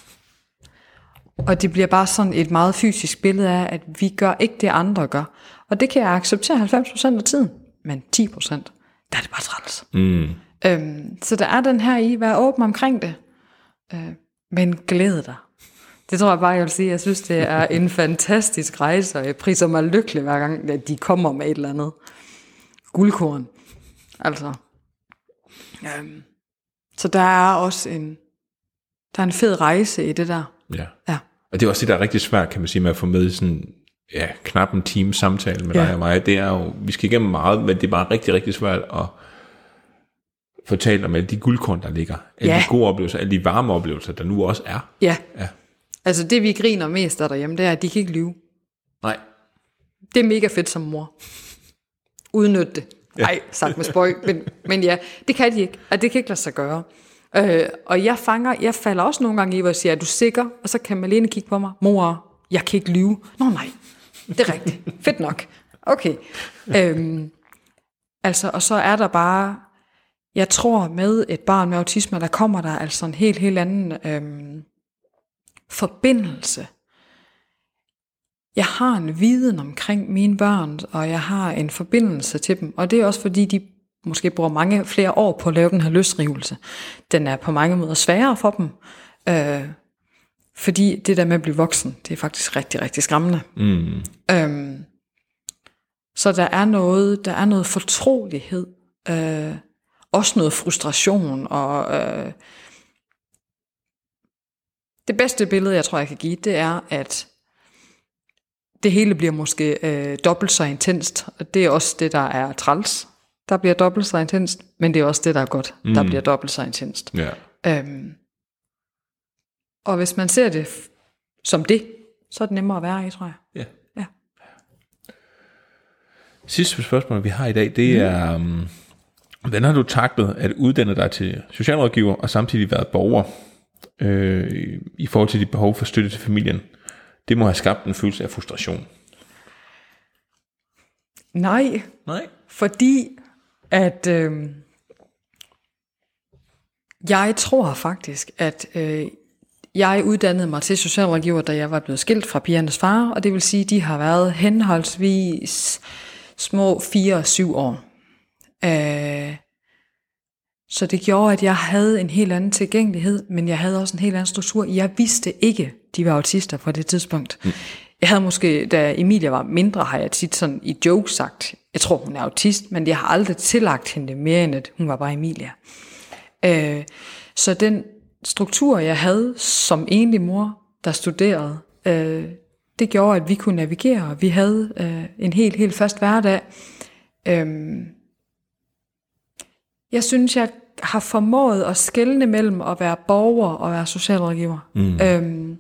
Og det bliver bare sådan et meget fysisk billede af, at vi gør ikke det, andre gør. Og det kan jeg acceptere halvfems procent af tiden, men ti procent, der er det bare træls. Mm. Øhm, så der er den her i, vær åben omkring det. Øh, men glæd dig. Det tror jeg bare, jeg vil sige. Jeg synes, det er en fantastisk rejse, og jeg priser mig lykkelig hver gang, at de kommer med et eller andet guldkorn. Altså. Øhm, så der er også en, der er en fed rejse i det der. Ja. ja. Og det er også det, der er rigtig svært, kan man sige, med at få med sådan, ja, knap en time samtale med ja. dig og mig. Det er jo, vi skal igennem meget, men det er bare rigtig, rigtig svært at fortælle om alle de guldkorn, der ligger. Alle ja. de gode oplevelser, alle de varme oplevelser, der nu også er. Ja. ja. Altså det, vi griner mest af derhjemme, det er, at de kan ikke lyve. Nej. Det er mega fedt som mor. Udnyt det. Nej, ja. sagt med spøj, men, men ja, det kan de ikke, og det kan ikke lade sig gøre. Øh, og jeg fanger, jeg falder også nogle gange i, hvor jeg siger, er du sikker? Og så kan Malene kigge på mig, mor, jeg kan ikke lyve. Nå nej, det er rigtigt, fedt nok. Okay. Øhm, altså, og så er der bare, jeg tror med et barn med autisme, der kommer der altså en helt, helt anden øhm, forbindelse. Jeg har en viden omkring mine børn, og jeg har en forbindelse til dem, og det er også fordi, de måske bruger mange flere år på at lave den her løsrivelse. Den er på mange måder sværere for dem, øh, fordi det der med at blive voksen, det er faktisk rigtig, rigtig skræmmende. Mm. Øhm, så der er noget, der er noget fortrolighed, øh, også noget frustration, og øh, det bedste billede, jeg tror, jeg kan give, det er, at det hele bliver måske øh, dobbelt så intenst, og det er også det, der er træls. Der bliver dobbelt så intenst, men det er også det, der er godt. Mm. Der bliver dobbelt så intenst. Ja. Øhm, og hvis man ser det f- som det, så er det nemmere at være i, tror jeg. Ja. ja. Sidste spørgsmål, vi har i dag, det er, um, hvordan har du taklet at uddanne dig til socialrådgiver, og samtidig været borger, øh, i forhold til dit behov for støtte til familien? Det må have skabt en følelse af frustration. Nej. Nej. Fordi at øh, jeg tror faktisk, at øh, jeg uddannede mig til socialrådgiver, da jeg var blevet skilt fra pigernes far, og det vil sige, at de har været henholdsvis små fire og syv år. Øh, så det gjorde, at jeg havde en helt anden tilgængelighed, men jeg havde også en helt anden struktur. Jeg vidste ikke, de var autister på det tidspunkt. Mm. Jeg havde måske, da Emilia var mindre, har jeg tit sådan i joke sagt, jeg tror hun er autist, men jeg har aldrig tillagt hende mere end, at hun var bare Emilia. Øh, så den, struktur, jeg havde som enlig mor, der studerede, øh, det gjorde, at vi kunne navigere. Vi havde øh, en helt, helt fast hverdag. Øhm, jeg synes, jeg har formået at skelne mellem at være borger og være socialrådgiver. Mm. Øhm,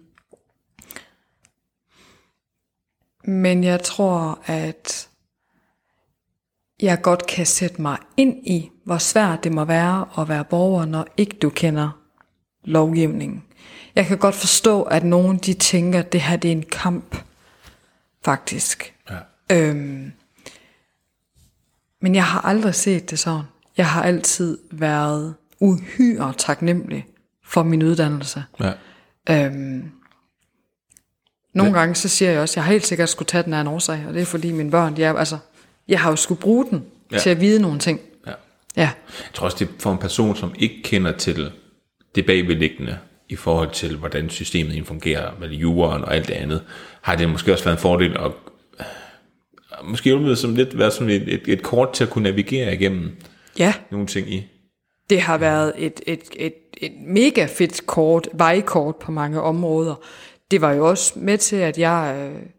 men jeg tror, at jeg godt kan sætte mig ind i, hvor svært det må være at være borger, når ikke du kender lovgivningen. Jeg kan godt forstå, at nogen de tænker, at det her det er en kamp, faktisk. Ja. Øhm, men jeg har aldrig set det sådan. Jeg har altid været uhyre taknemmelig for min uddannelse. Ja. Øhm, nogle ja. gange så siger jeg også, at jeg har helt sikkert skulle tage den af en årsag, og det er fordi mine børn, de er, altså, jeg har jo skulle bruge den ja. til at vide nogle ting. Ja. Ja. Jeg tror også, det er for en person, som ikke kender til det bagvedliggende, i forhold til, hvordan systemet fungerer med juraen og alt det andet, har det måske også været en fordel at måske hjulpet som lidt være sådan et, et, et kort til at kunne navigere igennem ja. nogle ting i. Det har været et, et, et, et mega fedt kort, vejkort på mange områder. Det var jo også med til, at jeg, øh,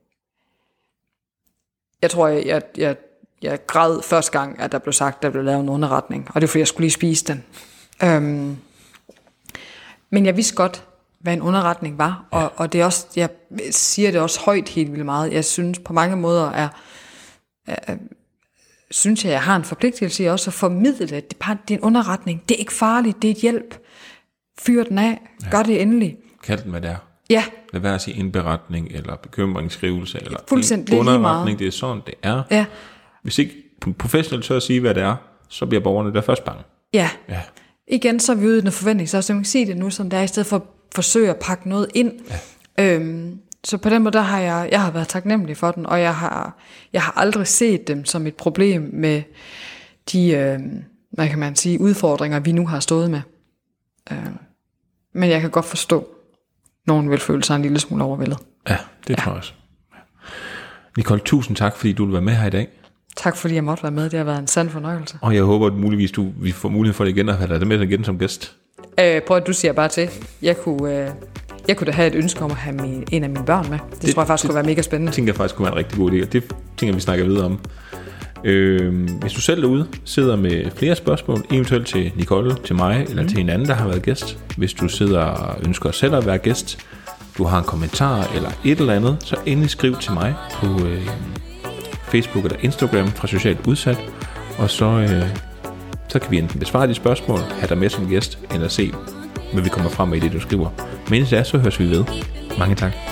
jeg tror, jeg, jeg, jeg, jeg græd første gang, at der blev sagt, at der blev lavet en underretning, og det er fordi, jeg skulle lige spise den. Øhm, Men jeg vidste godt, hvad en underretning var, og, ja. og det er også, jeg siger det også højt helt vildt meget. Jeg synes på mange måder er, er synes jeg, jeg har en forpligtelse i også at formidle det. Det er en underretning. Det er ikke farligt, det er et hjælp. Fyr den af. Ja. Gør det endelig. Kald den, hvad det er. Ja. Lad være at sige indberetning, eller bekymringsskrivelse, eller fuldstændig underretning. Det er sådan, det er. Ja. Hvis ikke professionelt så at sige, hvad det er, så bliver borgerne der først bange. Ja. Ja. Igen, så er vi ude i den forventning, så man kan sige det nu, som det er, i stedet for at forsøge at pakke noget ind. Ja. Øhm, så på den måde, der har jeg, jeg har været taknemmelig for den, og jeg har, jeg har aldrig set dem som et problem med de, øh, hvad kan man sige, udfordringer, vi nu har stået med. Øh, men jeg kan godt forstå, nogen vil føle sig en lille smule overvældet. Ja, det tror jeg også. Nicole, tusind tak, fordi du vil være med her i dag. Tak fordi jeg måtte være med, det har været en sand fornøjelse. Og jeg håber, at muligvis du, vi får mulighed for det igen, at have dig med igen som gæst. Øh, prøv at du siger bare til. Jeg kunne, øh, jeg kunne da have et ønske om at have min, en af mine børn med. Det, det tror jeg faktisk det, kunne være mega spændende. Det tænker jeg faktisk kunne være en rigtig god idé, og det tænker vi snakker videre om. Øh, hvis du selv derude sidder med flere spørgsmål, eventuelt til Nicole, til mig, eller mm. til en anden, der har været gæst. Hvis du sidder og ønsker selv at være gæst, du har en kommentar eller et eller andet, så endelig skriv til mig på øh, Facebook eller Instagram fra Socialt Udsat, og så, øh, så kan vi enten besvare de spørgsmål, have dig med som gæst, eller se, hvad vi kommer frem med i det, du skriver. Men indtil da, så høres vi ved. Mange tak.